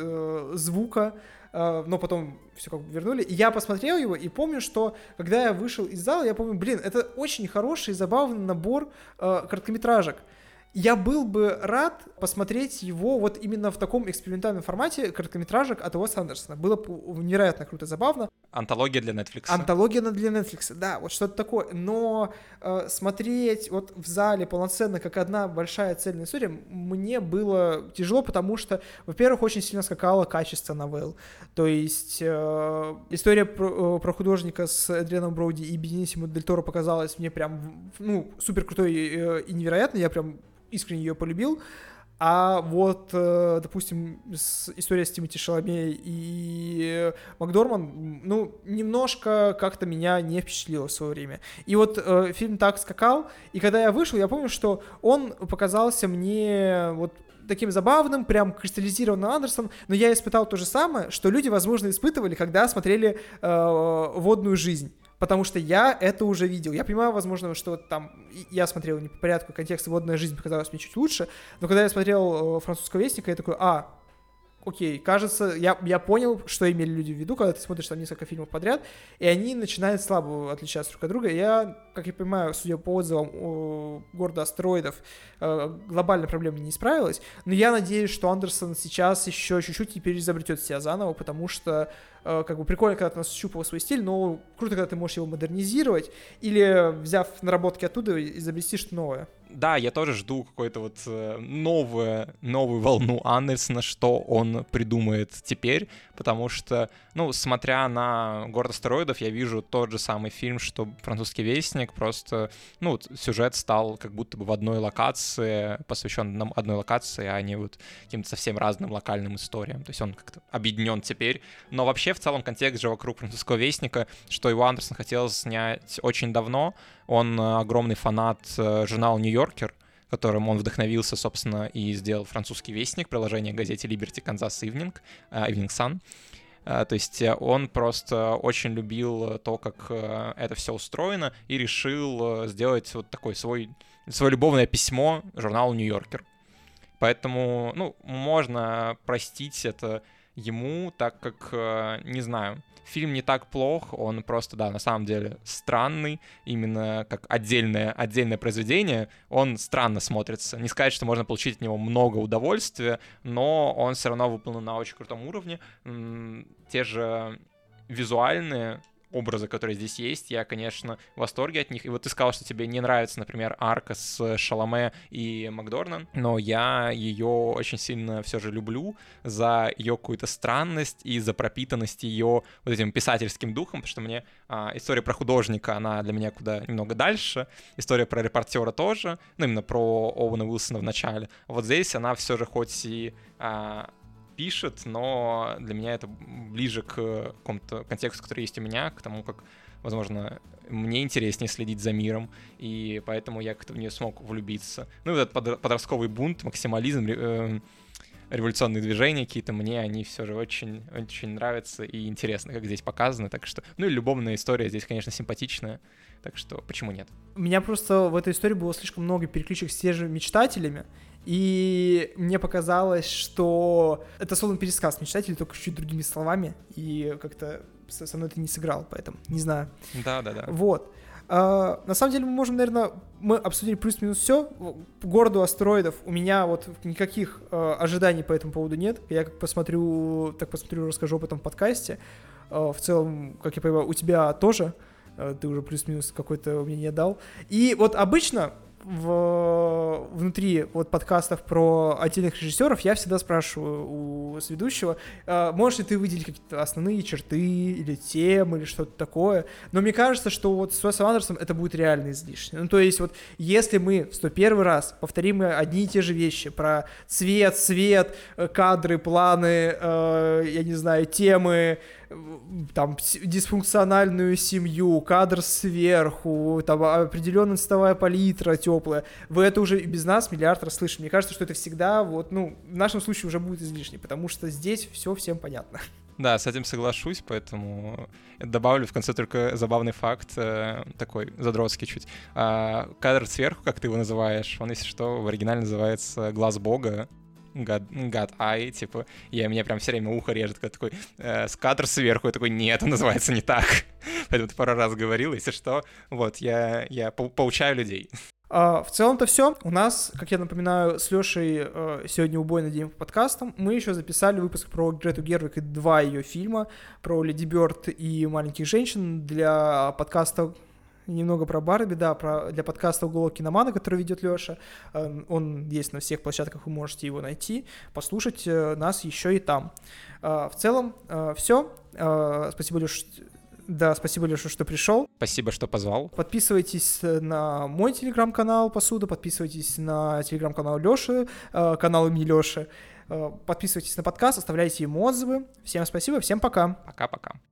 звука, но потом все как бы вернули. И я посмотрел его и помню, что когда я вышел из зала, я помню, это очень хороший, забавный набор короткометражек. Я был бы рад посмотреть его вот именно в таком экспериментальном формате короткометражек от Уэса Андерсона. Было бы невероятно круто, забавно. Антология для Netflix. Антология для Netflix, да, вот что-то такое. Но смотреть вот в зале полноценно, как одна большая цельная история, мне было тяжело, потому что, во-первых, очень сильно скакало качество новелл. То есть история про художника с Эдрианом Броуди и Бенисио Дель Торо показалась мне прям, супер крутой и невероятной. Я прям искренне ее полюбил. А вот, допустим, история с Тимоти Шаламе и Макдорман, немножко как-то меня не впечатлило в свое время. И вот фильм так скакал, и когда я вышел, я помню, что он показался мне вот таким забавным, прям кристаллизированным Андерсоном, но я испытал то же самое, что люди, возможно, испытывали, когда смотрели «Водную жизнь». Потому что я это уже видел. Я понимаю, возможно, что там я смотрел не по порядку контекста, «Водная жизнь» показалась мне чуть лучше, но когда я смотрел «Французского вестника», я такой, окей, кажется, я понял, что имели люди в виду, когда ты смотришь там несколько фильмов подряд, и они начинают слабо отличаться друг от друга. Я, как я понимаю, судя по отзывам «Города астероидов», глобальная проблема не исправилась, но я надеюсь, что Андерсон сейчас еще чуть-чуть и переизобретет себя заново, потому что как бы прикольно, когда ты нас щупал свой стиль, но круто, когда ты можешь его модернизировать или, взяв наработки оттуда, изобрести что-то новое. Да, я тоже жду какой-то вот новую волну Андерсона, что он придумает теперь, потому что, смотря на «Город астероидов», я вижу тот же самый фильм, что «Французский вестник», просто, сюжет стал как будто бы в одной локации, посвящен одной локации, а не вот каким-то совсем разным локальным историям, то есть он как-то объединен теперь, но вообще в целом контекст же вокруг «Французского вестника», что его Андерсон хотел снять очень давно, он огромный фанат журнала «Нью-Йоркер», которым он вдохновился, собственно, и сделал «Французский вестник», приложение к газете Liberty Kansas Evening Sun. То есть он просто очень любил то, как это все устроено, и решил сделать вот такое свое любовное письмо журналу «Нью-Йоркер». Поэтому, можно простить это ему, так как, не знаю, фильм не так плох, он просто, да, на самом деле странный, именно как отдельное произведение, он странно смотрится. Не сказать, что можно получить от него много удовольствия, но он все равно выполнен на очень крутом уровне. Те же визуальные образы, которые здесь есть, я, конечно, в восторге от них. И вот ты сказал, что тебе не нравится, например, арка с Шаломе и Макдорнан, но я ее очень сильно все же люблю за ее какую-то странность и за пропитанность ее вот этим писательским духом, потому что мне история про художника, она для меня куда немного дальше, история про репортера тоже, именно про Оуэна Уилсона в начале. А вот здесь она все же хоть и пишет, но для меня это ближе к какому-то контексту, который есть у меня, к тому, как, возможно, мне интереснее следить за миром, и поэтому я как-то в нее смог влюбиться. И вот этот подростковый бунт, максимализм, революционные движения какие-то, мне они все же очень, очень нравятся и интересны, как здесь показано, так что... и любовная история здесь, конечно, симпатичная, так что почему нет? У меня просто в этой истории было слишком много перекличек с теми же «Мечтателями», и мне показалось, что это словно пересказ «Мечтателей», только чуть другими словами, и как-то со мной это не сыграло, поэтому не знаю. Да. Вот. На самом деле мы обсудили плюс-минус все. По городу астероидов у меня вот никаких ожиданий по этому поводу нет. Я как посмотрю, расскажу об этом в подкасте. В целом, как я понимаю, у тебя тоже. Ты уже плюс-минус какой-то мнение дал. И вот обычно внутри вот подкастов про отдельных режиссеров я всегда спрашиваю у сведущего, можешь ли ты выделить какие-то основные черты или темы или что-то такое, но мне кажется, что вот с Уэсом Андерсом это будет реально излишне. То есть вот если мы в 101 раз повторим одни и те же вещи про цвет, свет, кадры, планы, я не знаю, темы, там, дисфункциональную семью, кадр сверху, там, определенная цветовая палитра теплая, вы это уже и без нас миллиард раз слышим. Мне кажется, что это всегда, вот, в нашем случае уже будет излишне, потому что здесь все всем понятно. Да, с этим соглашусь, поэтому добавлю в конце только забавный факт, такой задротский чуть. Кадр сверху, как ты его называешь, он, если что, в оригинале называется «Глаз Бога», God Eye, типа, и меня прям все время ухо режет, когда такой кадр сверху, я такой, нет, он называется не так. Поэтому ты пару раз говорил, если что, вот, я поучаю людей. В целом-то все. У нас, как я напоминаю, с Лешей сегодня убойный день по подкастам. Мы еще записали выпуск про Грету Гервиг и 2 ее фильма, про Леди Бёрд и маленьких женщин для подкаста немного про Барби, да, для подкаста «Уголок киномана», который ведет Леша. Он есть на всех площадках, вы можете его найти, послушать нас еще и там. В целом, все. Спасибо, Леша. Да, спасибо, Леша, что пришел. Спасибо, что позвал. Подписывайтесь на мой телеграм-канал «Посуда», подписывайтесь на телеграм-канал Леши, канал имени Леши. Подписывайтесь на подкаст, оставляйте ему отзывы. Всем спасибо, всем пока. Пока-пока.